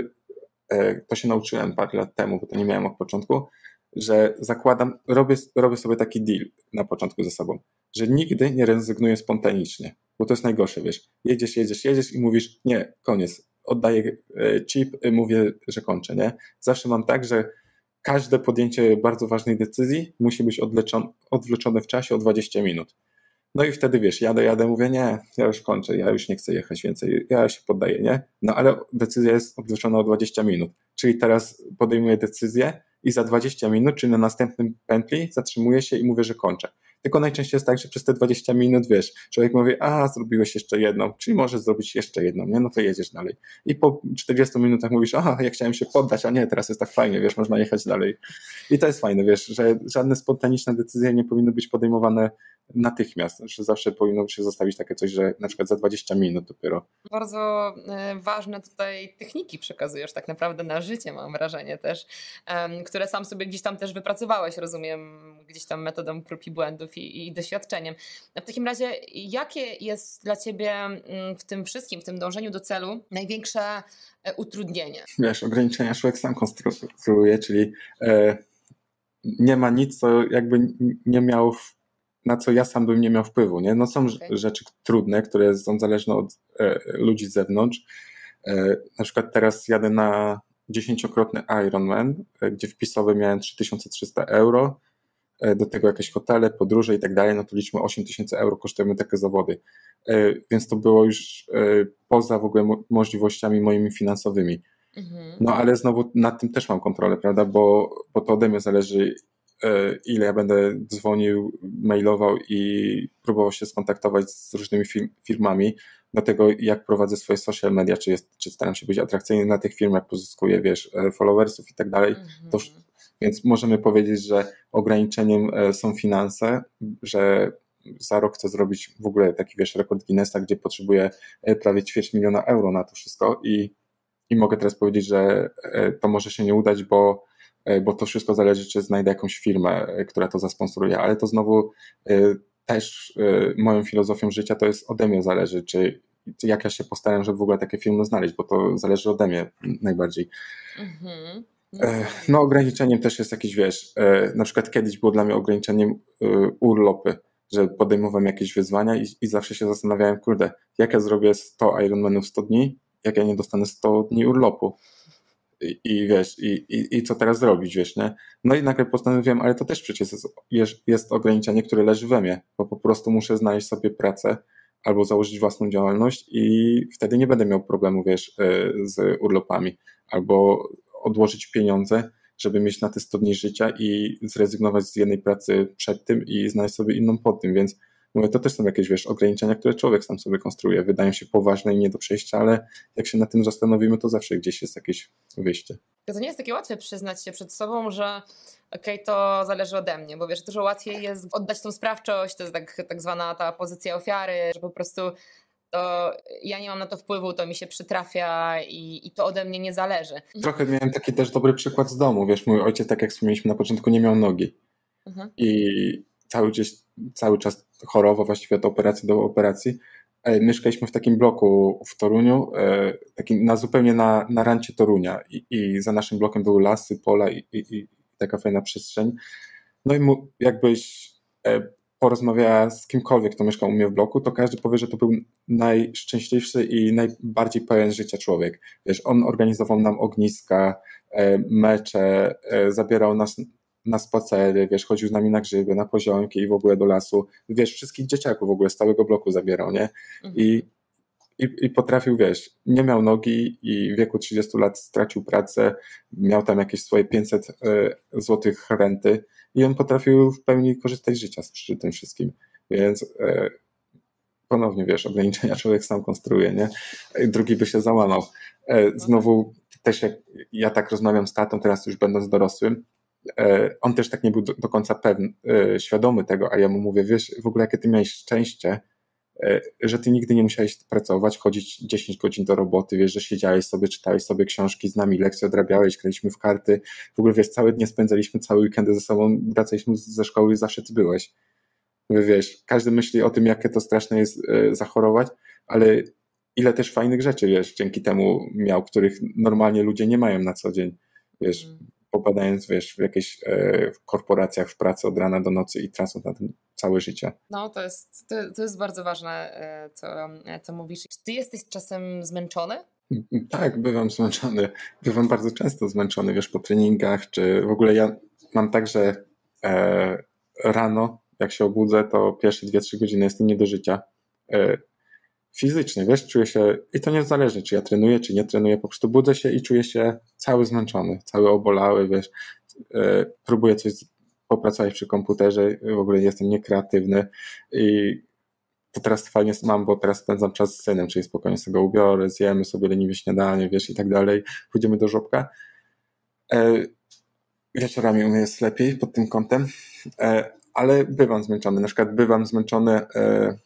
B: to się nauczyłem parę lat temu, bo to nie miałem od początku, że zakładam, robię, robię sobie taki deal na początku ze sobą, że nigdy nie rezygnuję spontanicznie, bo to jest najgorsze, wiesz, jedziesz, jedziesz, jedziesz i mówisz, nie, koniec, oddaję chip, mówię, że kończę, nie? Zawsze mam tak, że każde podjęcie bardzo ważnej decyzji musi być odwleczone, odwleczone w czasie o dwadzieścia minut. No i wtedy, wiesz, jadę, jadę, mówię, nie, ja już kończę, ja już nie chcę jechać więcej, ja się poddaję, nie? No ale decyzja jest odwleczona o dwadzieścia minut, czyli teraz podejmuję decyzję i za dwadzieścia minut, czy na następnym pętli zatrzymuję się i mówię, że kończę. Tylko najczęściej jest tak, że przez te dwadzieścia minut, wiesz, człowiek mówi, a zrobiłeś jeszcze jedną, czyli możesz zrobić jeszcze jedną, nie? No to jedziesz dalej. I po czterdziestu minutach mówisz, aha, ja chciałem się poddać, a nie, teraz jest tak fajnie, wiesz, można jechać dalej. I to jest fajne, wiesz, że żadne spontaniczne decyzje nie powinny być podejmowane natychmiast, że zawsze powinno się zostawić takie coś, że na przykład za dwadzieścia minut dopiero.
A: Bardzo ważne tutaj techniki przekazujesz tak naprawdę na życie, mam wrażenie też, które sam sobie gdzieś tam też wypracowałeś, rozumiem, gdzieś tam metodą prób i błędów i, i doświadczeniem. W takim razie, jakie jest dla ciebie w tym wszystkim, w tym dążeniu do celu największe utrudnienie?
B: Wiesz, ograniczenia człowiek sam konstruuje, czyli e, nie ma nic, co jakby nie miał w na co ja sam bym nie miał wpływu, nie? No są okay. rzeczy trudne, które są zależne od e, ludzi z zewnątrz. E, na przykład teraz jadę na dziesięciokrotny Ironman, e, gdzie wpisowy miałem trzy tysiące trzysta euro, e, do tego jakieś hotele, podróże i tak dalej, no to liczmy osiem tysięcy euro kosztują takie zawody. E, więc to było już e, poza w ogóle mo- możliwościami moimi finansowymi. Mhm. No ale znowu nad tym też mam kontrolę, prawda, bo, bo to ode mnie zależy, ile ja będę dzwonił, mailował i próbował się skontaktować z różnymi firmami, do tego jak prowadzę swoje social media, czy, jest, czy staram się być atrakcyjny dla tych firm, jak pozyskuję, wiesz, followersów i tak dalej. To, więc możemy powiedzieć, że ograniczeniem są finanse, że za rok chcę zrobić w ogóle taki, wiesz, rekord Guinnessa, gdzie potrzebuję prawie ćwierć miliona euro na to wszystko i, i mogę teraz powiedzieć, że to może się nie udać, bo bo to wszystko zależy, czy znajdę jakąś firmę, która to zasponsoruje, ale to znowu y, też y, moją filozofią życia to jest ode mnie zależy, czy jak ja się postaram, żeby w ogóle takie firmy znaleźć, bo to zależy ode mnie najbardziej. Mm-hmm. No ograniczeniem też jest jakiś, wiesz, na przykład kiedyś było dla mnie ograniczeniem urlopy, że podejmowałem jakieś wyzwania i, i zawsze się zastanawiałem, kurde, jak ja zrobię sto Ironmanów sto dni, jak ja nie dostanę sto dni urlopu. I, i wiesz, i, i, i co teraz zrobić, wiesz, nie? No i nagle postanowiłem, ale to też przecież jest, jest ograniczenie, które leży we mnie, bo po prostu muszę znaleźć sobie pracę albo założyć własną działalność i wtedy nie będę miał problemu, wiesz, z urlopami, albo odłożyć pieniądze, żeby mieć na te sto dni życia i zrezygnować z jednej pracy przed tym i znaleźć sobie inną po tym, więc Mówię, to też są jakieś, wiesz, ograniczenia, które człowiek sam sobie konstruuje. Wydają się poważne i nie do przejścia, ale jak się nad tym zastanowimy, to zawsze gdzieś jest jakieś wyjście.
A: To nie jest takie łatwe przyznać się przed sobą, że okej, okay, to zależy ode mnie, bo wiesz, dużo łatwiej jest oddać tą sprawczość, to jest tak, tak zwana ta pozycja ofiary, że po prostu to ja nie mam na to wpływu, to mi się przytrafia i, i to ode mnie nie zależy.
B: Trochę miałem taki też dobry przykład z domu, wiesz, mój ojciec, tak jak wspomnieliśmy na początku, nie miał nogi mhm. i cały, gdzieś, cały czas chorował właściwie od operacji do operacji. Mieszkaliśmy w takim bloku w Toruniu, takim na, zupełnie na, na rancie Torunia i, i za naszym blokiem były lasy, pola i, i, i taka fajna przestrzeń. No i mu, jakbyś porozmawiała z kimkolwiek, kto mieszkał u mnie w bloku, to każdy powie, że to był najszczęśliwszy i najbardziej pełen życia człowiek. Wiesz, on organizował nam ogniska, mecze, zabierał nas na spacery, wiesz, chodził z nami na grzyby, na poziomki i w ogóle do lasu. Wiesz, wszystkich dzieciaków w ogóle z całego bloku zabierał, nie? I, i, i potrafił, wiesz, nie miał nogi i w wieku trzydziestu lat stracił pracę, miał tam jakieś swoje pięćset złotych renty i on potrafił w pełni korzystać z życia przy tym wszystkim. Więc e, ponownie, wiesz, ograniczenia człowiek sam konstruuje, nie? Drugi by się załamał. E, znowu też jak ja tak rozmawiam z tatą, teraz już będąc dorosłym, on też tak nie był do, do końca pewny, świadomy tego, a ja mu mówię, wiesz, w ogóle jakie ty miałeś szczęście, że ty nigdy nie musiałeś pracować, chodzić dziesięć godzin do roboty, wiesz, że siedziałeś sobie, czytałeś sobie książki z nami, lekcje odrabiałeś, graliśmy w karty, w ogóle wiesz, całe dnie spędzaliśmy, całe weekendy ze sobą, wracaliśmy ze szkoły i zawsze ty byłeś. Mówię, wiesz, każdy myśli o tym, jakie to straszne jest zachorować, ale ile też fajnych rzeczy, wiesz, dzięki temu miał, których normalnie ludzie nie mają na co dzień, wiesz, mm. popadając, wiesz, w jakichś e, korporacjach w pracy od rana do nocy i tracąc na tym całe życie.
A: No, to jest, to, to jest bardzo ważne, co, co mówisz. Czy ty jesteś czasem zmęczony?
B: Tak, bywam zmęczony. Bywam bardzo często zmęczony, wiesz, po treningach, czy w ogóle ja mam tak, że e, rano, jak się obudzę, to pierwsze dwie trzy godziny jestem nie do życia. E, fizycznie, wiesz, czuję się, i to nie zależy, czy ja trenuję, czy nie trenuję, po prostu budzę się i czuję się cały zmęczony, cały obolały, wiesz, e, próbuję coś popracować przy komputerze, w ogóle jestem niekreatywny i to teraz fajnie mam, bo teraz spędzam czas z synem, czyli spokojnie sobie go ubiorę, zjemy sobie leniwie śniadanie, wiesz, i tak dalej, pójdziemy do żłobka. E, wieczorami u mnie jest lepiej pod tym kątem, e, ale bywam zmęczony, na przykład bywam zmęczony e,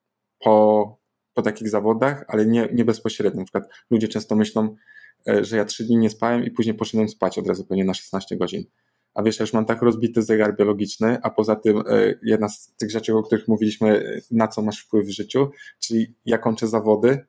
B: po po takich zawodach, ale nie, nie bezpośrednio. Na przykład ludzie często myślą, że ja trzy dni nie spałem i później poszedłem spać od razu pewnie na szesnaście godzin. A wiesz, ja już mam tak rozbity zegar biologiczny, a poza tym jedna z tych rzeczy, o których mówiliśmy, na co masz wpływ w życiu, czyli ja kończę zawody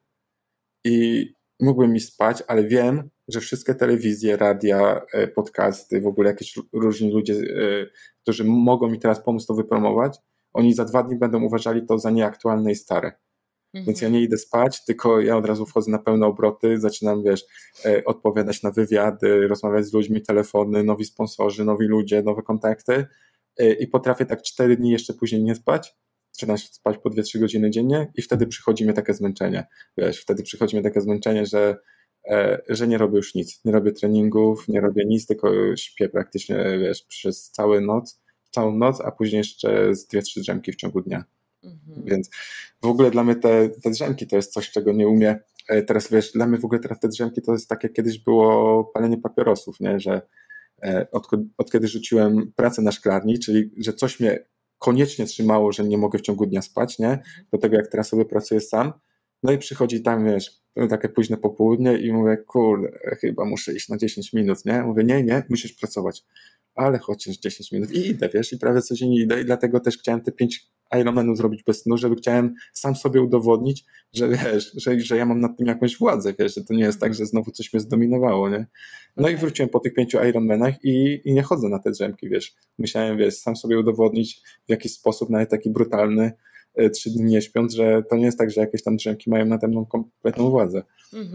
B: i mógłbym mi spać, ale wiem, że wszystkie telewizje, radia, podcasty, w ogóle jakieś różni ludzie, którzy mogą mi teraz pomóc to wypromować, oni za dwa dni będą uważali to za nieaktualne i stare. Więc ja nie idę spać, tylko ja od razu wchodzę na pełne obroty, zaczynam, wiesz, odpowiadać na wywiady, rozmawiać z ludźmi, telefony, nowi sponsorzy, nowi ludzie, nowe kontakty i potrafię tak cztery dni jeszcze później nie spać, zaczynam spać po dwie trzy godziny dziennie i wtedy przychodzi mi takie zmęczenie, wiesz, wtedy przychodzi mi takie zmęczenie, że, że nie robię już nic, nie robię treningów, nie robię nic, tylko śpię praktycznie, wiesz, przez całą noc, całą noc, a później jeszcze z dwie trzy drzemki w ciągu dnia. Mhm. Więc w ogóle dla mnie te, te drzemki to jest coś, czego nie umiem. Teraz wiesz, dla mnie w ogóle teraz te drzemki to jest tak, jak kiedyś było palenie papierosów, nie? Że od, od kiedy rzuciłem pracę na szklarni, czyli że coś mnie koniecznie trzymało, że nie mogę w ciągu dnia spać, nie? Do tego jak teraz sobie pracuję sam, no i przychodzi tam, wiesz, takie późne popołudnie i mówię, kurde, chyba muszę iść na dziesięć minut, nie? Mówię, nie, nie, musisz pracować, ale chociaż dziesięć minut i idę, wiesz, i prawie codziennie idę i dlatego też chciałem te pięć Ironmanów zrobić bez snu, żeby chciałem sam sobie udowodnić, że wiesz, że, że ja mam nad tym jakąś władzę, wiesz, że to nie jest tak, że znowu coś mnie zdominowało, nie? No okay. I wróciłem po tych pięciu Ironmanach i, i nie chodzę na te drzemki, wiesz. Musiałem, wiesz, sam sobie udowodnić w jakiś sposób, nawet taki brutalny, trzy dni nie śpiąc, że to nie jest tak, że jakieś tam drzemki mają nade mną kompletną władzę.
A: Mhm.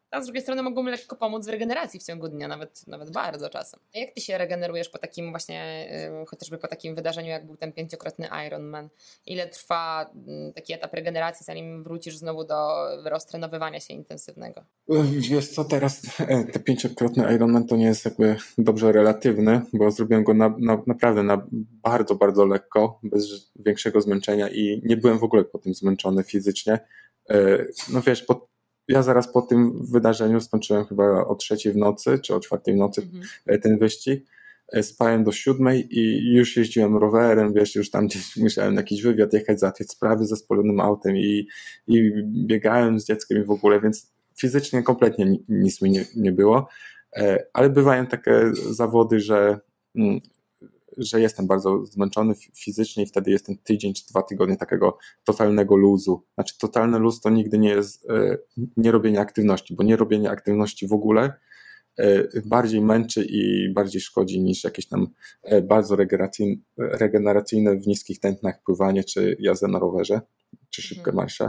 A: A z drugiej strony mogą lekko pomóc w regeneracji w ciągu dnia, nawet, nawet bardzo czasem. A jak ty się regenerujesz po takim właśnie, yy, chociażby po takim wydarzeniu, jak był ten pięciokrotny Ironman? Ile trwa yy, taki etap regeneracji, zanim wrócisz znowu do roztrenowywania się intensywnego?
B: Wiesz co, teraz te pięciokrotny Ironman to nie jest jakby dobrze relatywny, bo zrobiłem go na, na, naprawdę na bardzo, bardzo lekko, bez większego zmęczenia i nie byłem w ogóle po tym zmęczony fizycznie. No wiesz, po, ja zaraz po tym wydarzeniu skończyłem chyba o trzeciej w nocy, czy o czwartej w nocy mhm. ten wyścig. Spałem do siódmej i już jeździłem rowerem, wiesz, już tam gdzieś musiałem na jakiś wywiad jechać, załatwiać sprawy ze spalonym autem i, i biegałem z dzieckiem i w ogóle, więc fizycznie kompletnie nic mi nie, nie było, ale bywają takie zawody, że, że jestem bardzo zmęczony fizycznie i wtedy jest ten tydzień czy dwa tygodnie takiego totalnego luzu. Znaczy totalny luz to nigdy nie jest nie robienie aktywności, bo nie robienie aktywności w ogóle bardziej męczy i bardziej szkodzi niż jakieś tam bardzo regeneracyjne w niskich tętnach pływanie czy jazda na rowerze, czy szybkie marsze.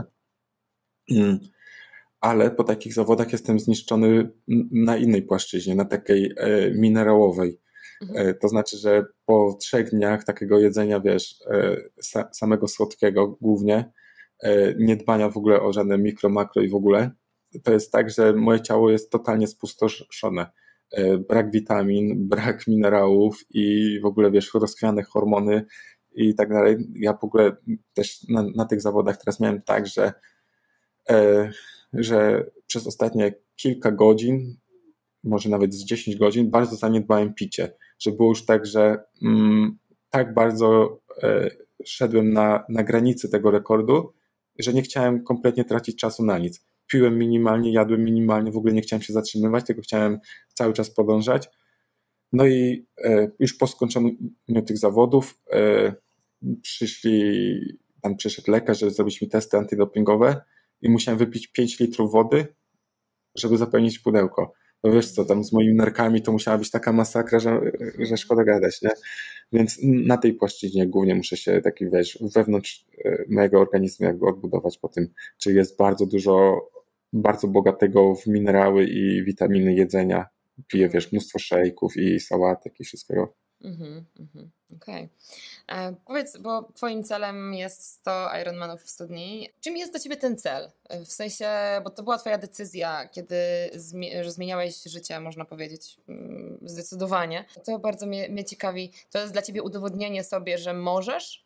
B: Ale po takich zawodach jestem zniszczony na innej płaszczyźnie, na takiej minerałowej. Mhm. To znaczy, że po trzech dniach takiego jedzenia, wiesz, samego słodkiego głównie, nie dbania w ogóle o żadne mikro, makro i w ogóle, to jest tak, że moje ciało jest totalnie spustoszone. Brak witamin, brak minerałów i w ogóle, wiesz, rozchwiane hormony i tak dalej. Ja w ogóle też na, na tych zawodach teraz miałem tak, że, e, że przez ostatnie kilka godzin, może nawet z dziesięć godzin, bardzo zaniedbałem picie. Że było już tak, że mm, tak bardzo e, szedłem na, na granicy tego rekordu, że nie chciałem kompletnie tracić czasu na nic. Piłem minimalnie, jadłem minimalnie, w ogóle nie chciałem się zatrzymywać, tylko chciałem cały czas podążać. No i e, już po skończeniu tych zawodów e, przyszli, tam przyszedł lekarz, żeby zrobić mi testy antydopingowe i musiałem wypić pięć litrów wody, żeby zapełnić pudełko. No wiesz co, tam z moimi nerkami to musiała być taka masakra, że, że szkoda gadać, nie? Więc na tej płaszczyźnie głównie muszę się taki, wiesz, wewnątrz mojego organizmu jakby odbudować po tym, czyli jest bardzo dużo, bardzo bogatego w minerały i witaminy jedzenia. Piję, wiesz, mnóstwo szejków i sałatek i wszystkiego.
A: Mhm, mhm, okej. Okay. Powiedz, bo twoim celem jest sto Ironmanów w sto dni. Czym jest dla ciebie ten cel? W sensie, bo to była twoja decyzja, kiedy zmi- że zmieniałeś życie, można powiedzieć, zdecydowanie. To bardzo mnie, mnie ciekawi. To jest dla ciebie udowodnienie sobie, że możesz?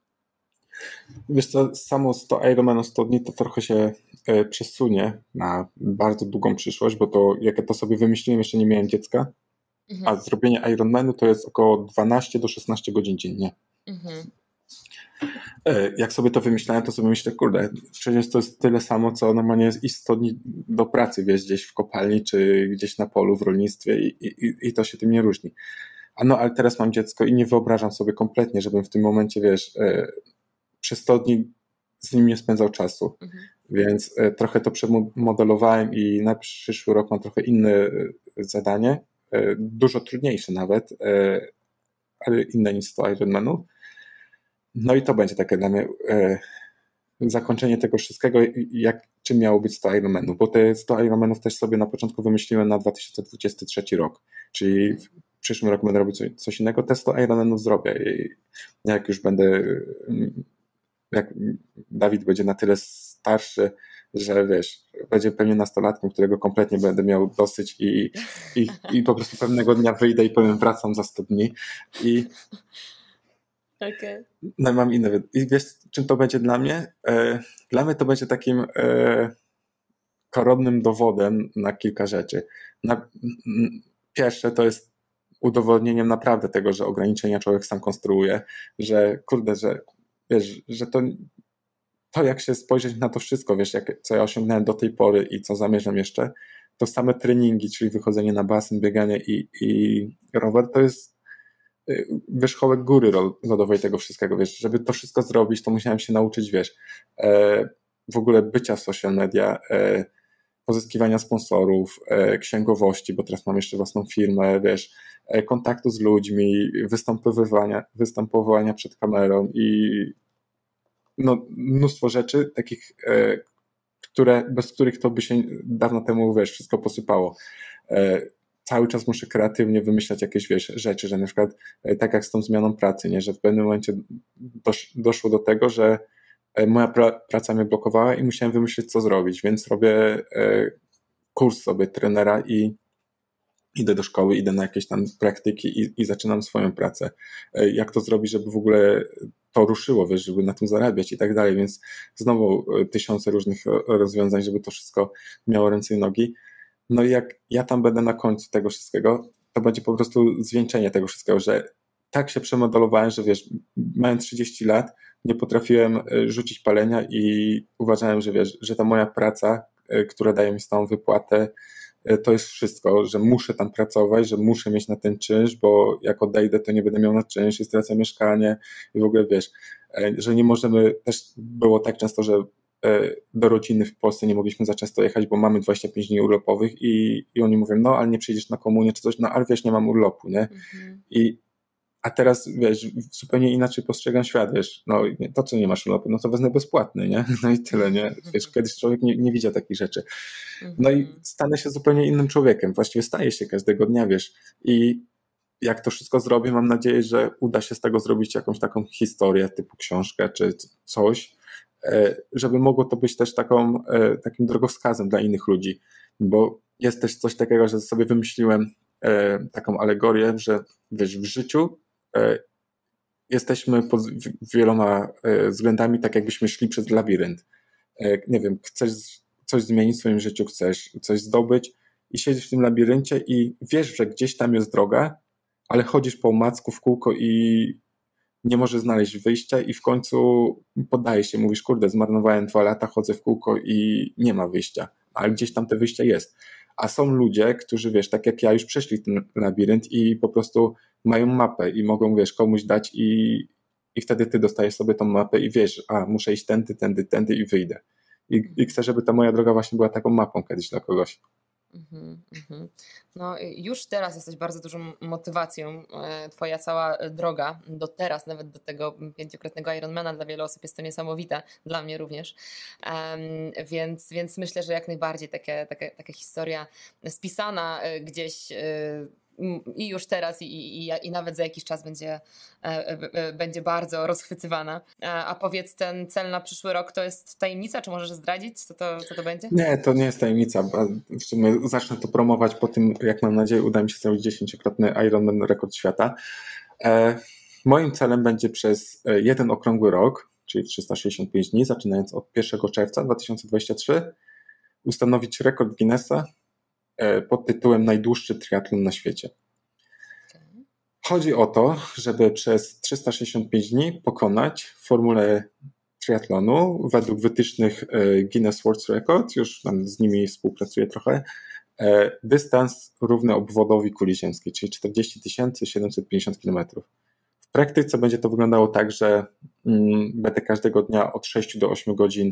B: Wiesz co, samo sto Ironmanów sto dni to trochę się e, przesunie na bardzo długą przyszłość, bo to jak ja to sobie wymyśliłem, jeszcze nie miałem dziecka. Mhm. A zrobienie Ironmanu to jest około dwanaście do szesnastu godzin dziennie. Mhm. Jak sobie to wymyślałem, to sobie myślę, kurde, przecież to jest tyle samo, co normalnie jest iść sto dni do pracy, wiesz, gdzieś w kopalni, czy gdzieś na polu w rolnictwie i, i, i to się tym nie różni. A no, ale teraz mam dziecko i nie wyobrażam sobie kompletnie, żebym w tym momencie, wiesz, przez sto dni z nim nie spędzał czasu. Mhm. Więc trochę to przemodelowałem i na przyszły rok mam trochę inne zadanie, dużo trudniejsze nawet, ale inne niż sto Ironmanów. No i to będzie takie dla mnie zakończenie tego wszystkiego, jak, czym miało być sto Ironmanów, bo te sto Ironmanów też sobie na początku wymyśliłem na dwa tysiące dwudziesty trzeci rok, czyli w przyszłym roku będę robił coś, coś innego, te sto Ironmanów zrobię i jak już będę, jak Dawid będzie na tyle starszy, że wiesz, będzie pewnie nastolatkiem, którego kompletnie będę miał dosyć i, i, i po prostu pewnego dnia wyjdę i powiem, wracam za sto dni i
A: okay.
B: No mam inne. I wiesz, czym to będzie dla mnie? Dla mnie to będzie takim koronnym dowodem na kilka rzeczy. Na, pierwsze to jest udowodnieniem naprawdę tego, że ograniczenia człowiek sam konstruuje, że kurde, że wiesz, że to to jak się spojrzeć na to wszystko, wiesz, jak, co ja osiągnąłem do tej pory i co zamierzam jeszcze, to same treningi, czyli wychodzenie na basen, bieganie i, i rower, to jest wierzchołek góry lodowej tego wszystkiego, wiesz, żeby to wszystko zrobić, to musiałem się nauczyć, wiesz, e, w ogóle bycia w social media, e, pozyskiwania sponsorów, e, księgowości, bo teraz mam jeszcze własną firmę, wiesz, e, kontaktu z ludźmi, występowania, występowania przed kamerą i no, mnóstwo rzeczy takich, e, które, bez których to by się dawno temu, wiesz, wszystko posypało. Cały czas muszę kreatywnie wymyślać jakieś, wiesz, rzeczy, że na przykład tak jak z tą zmianą pracy, nie, że w pewnym momencie dosz, doszło do tego, że moja pra, praca mnie blokowała i musiałem wymyślić, co zrobić, więc robię kurs sobie trenera i idę do szkoły, idę na jakieś tam praktyki i, i zaczynam swoją pracę. Jak to zrobić, żeby w ogóle to ruszyło, wiesz, żeby na tym zarabiać i tak dalej, więc znowu tysiące różnych rozwiązań, żeby to wszystko miało ręce i nogi. No i jak ja tam będę na końcu tego wszystkiego, to będzie po prostu zwieńczenie tego wszystkiego, że tak się przemodelowałem, że wiesz, mając trzydzieści lat, nie potrafiłem rzucić palenia i uważałem, że wiesz, że ta moja praca, która daje mi stałą wypłatę, to jest wszystko, że muszę tam pracować, że muszę mieć na ten czynsz, bo jak odejdę, to nie będę miał na czynsz i stracę mieszkanie i w ogóle wiesz, że nie możemy, też było tak często, że do rodziny w Polsce nie mogliśmy za często jechać, bo mamy dwadzieścia pięć dni urlopowych i, i oni mówią, no ale nie przyjdziesz na komunię czy coś, no ale wiesz, nie mam urlopu, nie? Mhm. I a teraz, wiesz, zupełnie inaczej postrzegam świat, wiesz, no to, co nie masz urlopu, no to wezmę bezpłatny, nie? No i tyle, nie? Wiesz, kiedyś człowiek nie, nie widział takich rzeczy. No i stanę się zupełnie innym człowiekiem, właściwie staję się każdego dnia, wiesz, i jak to wszystko zrobię, mam nadzieję, że uda się z tego zrobić jakąś taką historię, typu książkę czy coś, żeby mogło to być też taką, takim drogowskazem dla innych ludzi, bo jest też coś takiego, że sobie wymyśliłem taką alegorię, że wiesz, w życiu jesteśmy pod wieloma względami tak jakbyśmy szli przez labirynt. Nie wiem, chcesz coś zmienić w swoim życiu, chcesz coś zdobyć i siedzisz w tym labiryncie i wiesz, że gdzieś tam jest droga, ale chodzisz po omacku w kółko i nie możesz znaleźć wyjścia i w końcu poddajesz się, mówisz, kurde, zmarnowałem dwa lata, chodzę w kółko i nie ma wyjścia, ale gdzieś tam te wyjście jest. A są ludzie, którzy, wiesz, tak jak ja, już przeszli ten labirynt i po prostu mają mapę i mogą, wiesz, komuś dać i, i wtedy ty dostajesz sobie tą mapę i wiesz, a muszę iść tędy, tędy, tędy i wyjdę. I, i chcę, żeby ta moja droga właśnie była taką mapą kiedyś dla kogoś.
A: Mm-hmm, mm-hmm. No już teraz jesteś bardzo dużą motywacją. Twoja cała droga do teraz, nawet do tego pięciokrotnego Ironmana, dla wielu osób jest to niesamowite, dla mnie również. Um, więc, więc myślę, że jak najbardziej takie, takie, taka historia spisana gdzieś i już teraz i, i, i nawet za jakiś czas będzie, będzie bardzo rozchwycywana. A powiedz, ten cel na przyszły rok to jest tajemnica? Czy możesz zdradzić, co to, co to będzie?
B: Nie, to nie jest tajemnica. W sumie zacznę to promować po tym, jak mam nadzieję uda mi się zrobić dziesięciokrotny Ironman rekord świata. E, moim celem będzie przez jeden okrągły rok, czyli trzysta sześćdziesiąt pięć dni, zaczynając od pierwszego czerwca dwa tysiące dwudziestego trzeciego, ustanowić rekord Guinnessa pod tytułem najdłuższy triatlon na świecie. Chodzi o to, żeby przez trzysta sześćdziesiąt pięć dni pokonać w formule triatlonu według wytycznych Guinness World Record, już tam z nimi współpracuję trochę, dystans równy obwodowi kuli ziemskiej, czyli czterdzieści tysięcy siedemset pięćdziesiąt kilometrów. W praktyce będzie to wyglądało tak, że będę każdego dnia od sześciu do ośmiu godzin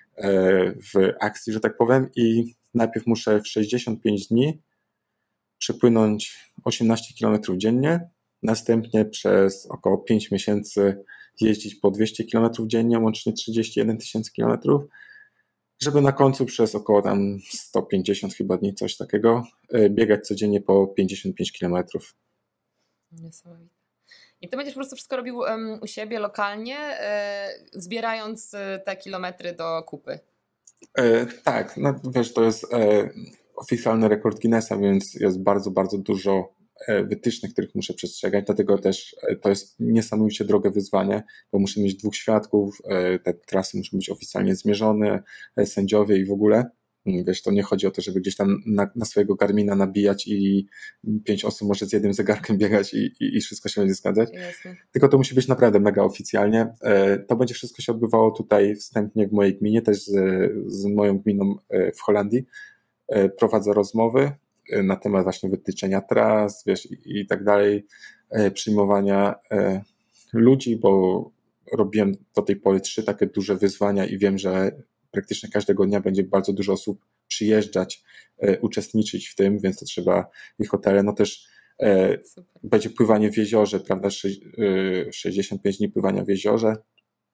B: w akcji, że tak powiem, i najpierw muszę w sześćdziesiąt pięć dni przepłynąć osiemnaście kilometrów dziennie, następnie przez około pięć miesięcy jeździć po dwieście kilometrów dziennie, łącznie trzydzieści jeden tysięcy kilometrów, żeby na końcu przez około tam sto pięćdziesiąt chyba dni, coś takiego, biegać codziennie po pięćdziesiąt pięć kilometrów.
A: Niesamowite. I ty będziesz po prostu wszystko robił um, u siebie lokalnie, e, zbierając te kilometry do kupy.
B: E, tak, no wiesz, to jest e, oficjalny rekord Guinnessa, więc jest bardzo, bardzo dużo e, wytycznych, których muszę przestrzegać, dlatego też e, to jest niesamowicie drogie wyzwanie, bo muszę mieć dwóch świadków, e, te trasy muszą być oficjalnie zmierzone, e, sędziowie i w ogóle. Wiesz, to nie chodzi o to, żeby gdzieś tam na, na swojego Garmina nabijać i pięć osób może z jednym zegarkiem biegać i, i, i wszystko się będzie zgadzać.
A: Jasne.
B: Tylko to musi być naprawdę mega oficjalnie. To będzie wszystko się odbywało tutaj wstępnie w mojej gminie, też z, z moją gminą w Holandii. Prowadzę rozmowy na temat właśnie wytyczenia tras, wiesz, i, i tak dalej, przyjmowania ludzi, bo robiłem do tej pory trzy takie duże wyzwania i wiem, że praktycznie każdego dnia będzie bardzo dużo osób przyjeżdżać, e, uczestniczyć w tym, więc to trzeba i hotele, no też e, będzie pływanie w jeziorze, prawda, Sze, e, sześćdziesiąt pięć dni pływania w jeziorze,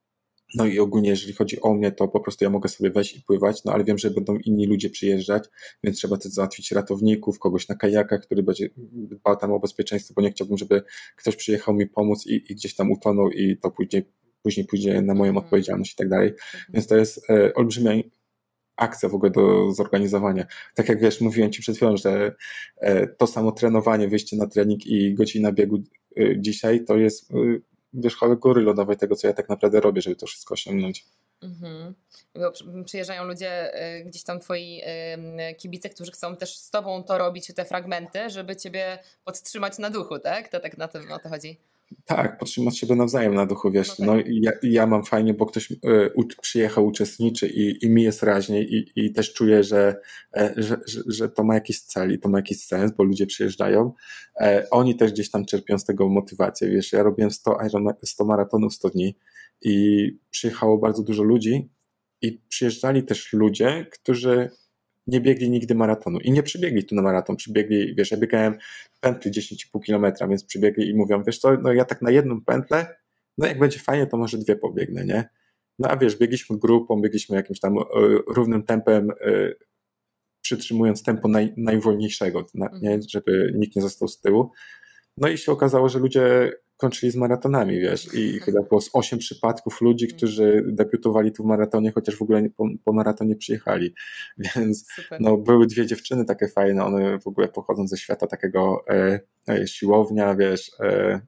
B: No i ogólnie, jeżeli chodzi o mnie, to po prostu ja mogę sobie wejść i pływać, no ale wiem, że będą inni ludzie przyjeżdżać, więc trzeba też załatwić ratowników, kogoś na kajakach, który będzie dbał tam o bezpieczeństwo, bo nie chciałbym, żeby ktoś przyjechał mi pomóc i, i gdzieś tam utonął i to później, później pójdzie na moją
A: Mhm.
B: odpowiedzialność i tak dalej.
A: Mhm.
B: Więc to jest e, olbrzymia akcja w ogóle do zorganizowania. Tak jak wiesz, mówiłem ci przed chwilą, że e, to samo trenowanie, wyjście na trening i godzina biegu e, dzisiaj to jest e, wierzchołek góry lodowej tego, co ja tak naprawdę robię, żeby to wszystko osiągnąć.
A: Mhm. Bo przyjeżdżają ludzie, y, gdzieś tam twoi y, kibice, którzy chcą też z tobą to robić, te fragmenty, żeby ciebie podtrzymać na duchu, tak? To tak na tym o to chodzi.
B: Tak, podtrzymać siebie nawzajem na duchu, wiesz,
A: No
B: no,
A: tak.
B: no ja, ja mam fajnie, bo ktoś y, u, przyjechał, uczestniczy i, i mi jest raźniej i, i też czuję, że, e, że, że, że to ma jakiś cel i to ma jakiś sens, bo ludzie przyjeżdżają. E, oni też gdzieś tam czerpią z tego motywację, wiesz, ja robiłem sto, Iron, sto maratonów sto dni i przyjechało bardzo dużo ludzi i przyjeżdżali też ludzie, którzy nie biegli nigdy maratonu i nie przybiegli tu na maraton, przybiegli, wiesz, ja biegałem pętli dziesięć i pół kilometra, więc przybiegli i mówią, wiesz co, no ja tak na jedną pętlę, no jak będzie fajnie, to może dwie pobiegnę, nie? No a wiesz, biegliśmy grupą, biegliśmy jakimś tam e, równym tempem, e, przytrzymując tempo naj, najwolniejszego, na, nie?
A: Mhm.
B: Żeby nikt nie został z tyłu. No i się okazało, że ludzie kończyli z maratonami, wiesz, i chyba było z osiem przypadków ludzi, którzy debiutowali tu w maratonie, chociaż w ogóle po, po maratonie przyjechali, więc
A: Super.
B: no były dwie dziewczyny takie fajne, one w ogóle pochodzą ze świata takiego e, e, siłownia, wiesz, e,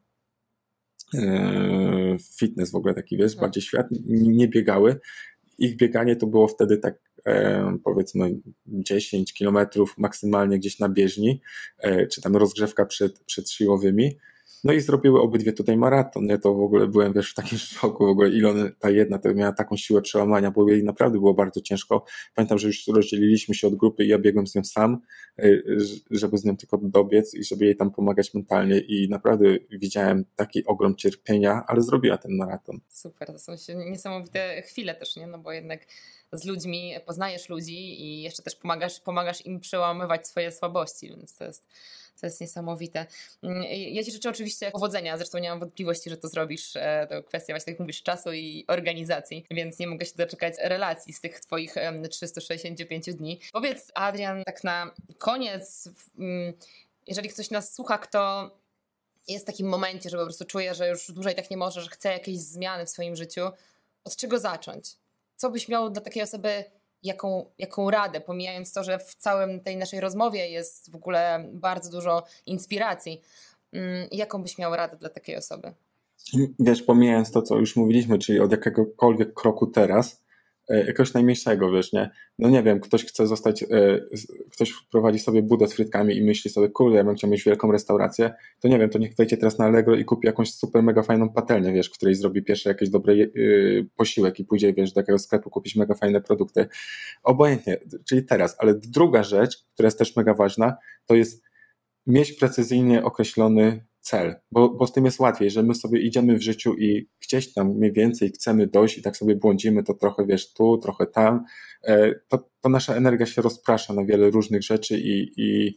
B: e, fitness w ogóle taki, wiesz,
A: Mhm.
B: bardziej świat, nie biegały, ich bieganie to było wtedy tak e, powiedzmy dziesięć kilometrów maksymalnie gdzieś na bieżni, e, czy tam rozgrzewka przed, przed siłowymi. No i zrobiły obydwie tutaj maraton. Ja to w ogóle byłem, wiesz, w takim szoku w ogóle, ile one, ta jedna to miała taką siłę przełamania, bo jej naprawdę było bardzo ciężko. Pamiętam, że już rozdzieliliśmy się od grupy i ja biegłem z nią sam, e, żeby z nią tylko dobiec i żeby jej tam pomagać mentalnie i naprawdę widziałem taki ogrom cierpienia, ale zrobiła ten maraton.
A: Super, to są się niesamowite chwile też, nie? No bo jednak z ludźmi poznajesz ludzi i jeszcze też pomagasz, pomagasz im przełamywać swoje słabości, więc to jest, to jest niesamowite. Mm, Ja Ci życzę oczywiście powodzenia, zresztą nie mam wątpliwości, że to zrobisz. E, To kwestia właśnie, tak jak mówisz, czasu i organizacji, więc nie mogę się doczekać relacji z tych Twoich em, trzystu sześćdziesięciu pięciu dni. Powiedz, Adrian, tak na koniec, w- mm, jeżeli ktoś nas słucha, kto jest w takim momencie, że po prostu czuje, że już dłużej tak nie może, że chce jakiejś zmiany w swoim życiu, od czego zacząć? Co byś miał dla takiej osoby, jaką, jaką radę, pomijając to, że w całym tej naszej rozmowie jest w ogóle bardzo dużo inspiracji. Mm, Jaką byś miał radę dla takiej osoby?
B: Wiesz, pomijając to, co już mówiliśmy, czyli od jakiegokolwiek kroku teraz, e, jakiegoś najmniejszego, wiesz, nie? No nie wiem, ktoś chce zostać, e, z- ktoś prowadzi sobie budę z frytkami i myśli sobie, kurde, ja bym chciał mieć wielką restaurację, to nie wiem, to niech wejdzie teraz na Allegro i kupi jakąś super mega fajną patelnię, wiesz, w której zrobi pierwszy jakiś dobry e, posiłek i pójdzie, wiesz, do jakiegoś sklepu kupić mega fajne produkty. Obojętnie, czyli teraz, ale druga rzecz, która jest też mega ważna, to jest mieć precyzyjnie określony cel, bo, bo z tym jest łatwiej, że my sobie idziemy w życiu i gdzieś tam mniej więcej chcemy dojść i tak sobie błądzimy, to trochę wiesz tu, trochę tam, e, to, to nasza energia się rozprasza na wiele różnych rzeczy i, i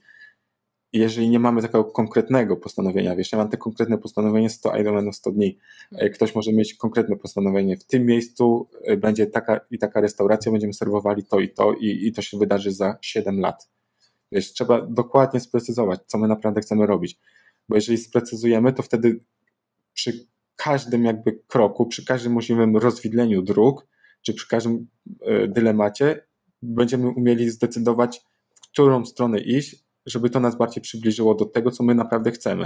B: i jeżeli nie mamy takiego konkretnego postanowienia, wiesz, ja mam te konkretne postanowienie sto Ironmanów sto dni, e, ktoś może mieć konkretne postanowienie, w tym miejscu e, będzie taka i taka restauracja, będziemy serwowali to i to i, i to się wydarzy za siedem lat. Wiesz, trzeba dokładnie sprecyzować, co my naprawdę chcemy robić. Bo jeżeli sprecyzujemy, to wtedy przy każdym jakby kroku, przy każdym możliwym rozwidleniu dróg, czy przy każdym e, dylemacie będziemy umieli zdecydować, w którą stronę iść, żeby to nas bardziej przybliżyło do tego, co my naprawdę chcemy.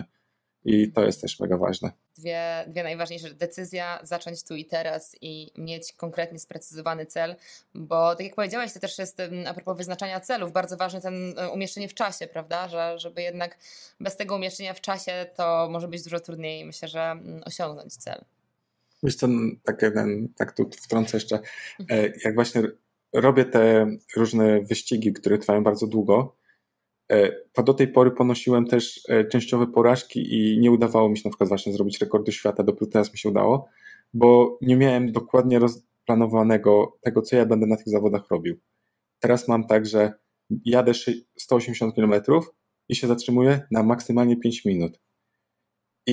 B: I to jest też mega ważne.
A: Dwie, dwie najważniejsze decyzja, zacząć tu i teraz i mieć konkretnie sprecyzowany cel, bo tak jak powiedziałaś, to też jest em, a propos wyznaczania celów, bardzo ważne ten e, umieszczenie w czasie, prawda, że żeby jednak bez tego umieszczenia w czasie to może być dużo trudniej, myślę, że mm, osiągnąć cel.
B: Wiesz co, tak, jeden, tak tu wtrącę jeszcze, e, jak właśnie robię te różne wyścigi, które trwają bardzo długo, e, to do tej pory ponosiłem też e, częściowe porażki i nie udawało mi się na przykład właśnie zrobić rekordu świata, dopiero teraz mi się udało, bo nie miałem dokładnie rozplanowanego tego, co ja będę na tych zawodach robił. Teraz mam tak, że jadę sto osiemdziesiąt kilometrów i się zatrzymuję na maksymalnie pięć minut. I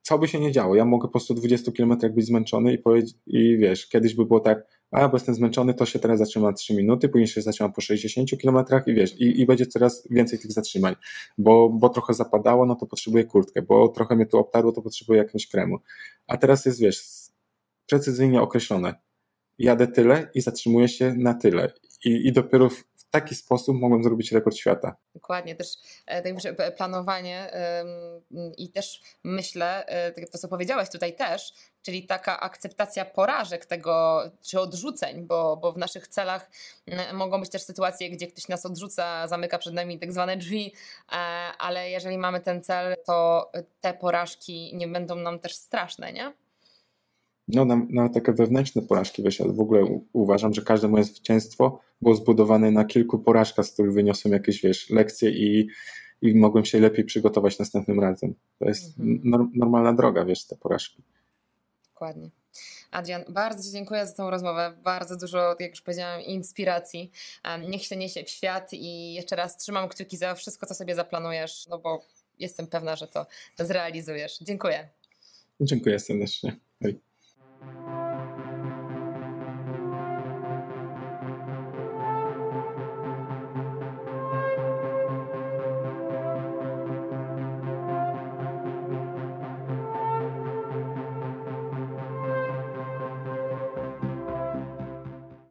B: co by się nie działo, ja mogę po stu dwudziestu kilometrach być zmęczony i powiedzieć, i wiesz, kiedyś by było tak, a bo jestem zmęczony, to się teraz zatrzyma na trzy minuty, później się zatrzyma po sześćdziesięciu kilometrach i wiesz, i, i będzie coraz więcej tych zatrzymań, bo, bo trochę zapadało, no to potrzebuję kurtkę, bo trochę mnie tu obtarło, to potrzebuję jakiegoś kremu. A teraz jest, wiesz, precyzyjnie określone. Jadę tyle i zatrzymuję się na tyle. I, i dopiero w taki sposób mogłem zrobić rekord świata.
A: Dokładnie, też e, planowanie ym, i też myślę, e, to co powiedziałeś tutaj też, czyli taka akceptacja porażek tego, czy odrzuceń, bo, bo w naszych celach m, mogą być też sytuacje, gdzie ktoś nas odrzuca, zamyka przed nami tak zwane drzwi, e, ale jeżeli mamy ten cel, to te porażki nie będą nam też straszne, nie?
B: No na, na takie wewnętrzne porażki, wiesz, ja w ogóle u, uważam, że każde moje zwycięstwo było zbudowane na kilku porażkach, z których wyniosłem jakieś, wiesz, lekcje i, i mogłem się lepiej przygotować następnym razem. To jest
A: Mhm.
B: nor, normalna droga, wiesz, te porażki.
A: Dokładnie. Adrian, bardzo Ci dziękuję za tą rozmowę. Bardzo dużo, jak już powiedziałam, inspiracji. Niech się niesie w świat i jeszcze raz trzymam kciuki za wszystko, co sobie zaplanujesz, no bo jestem pewna, że to zrealizujesz. Dziękuję.
B: Dziękuję serdecznie. Hej.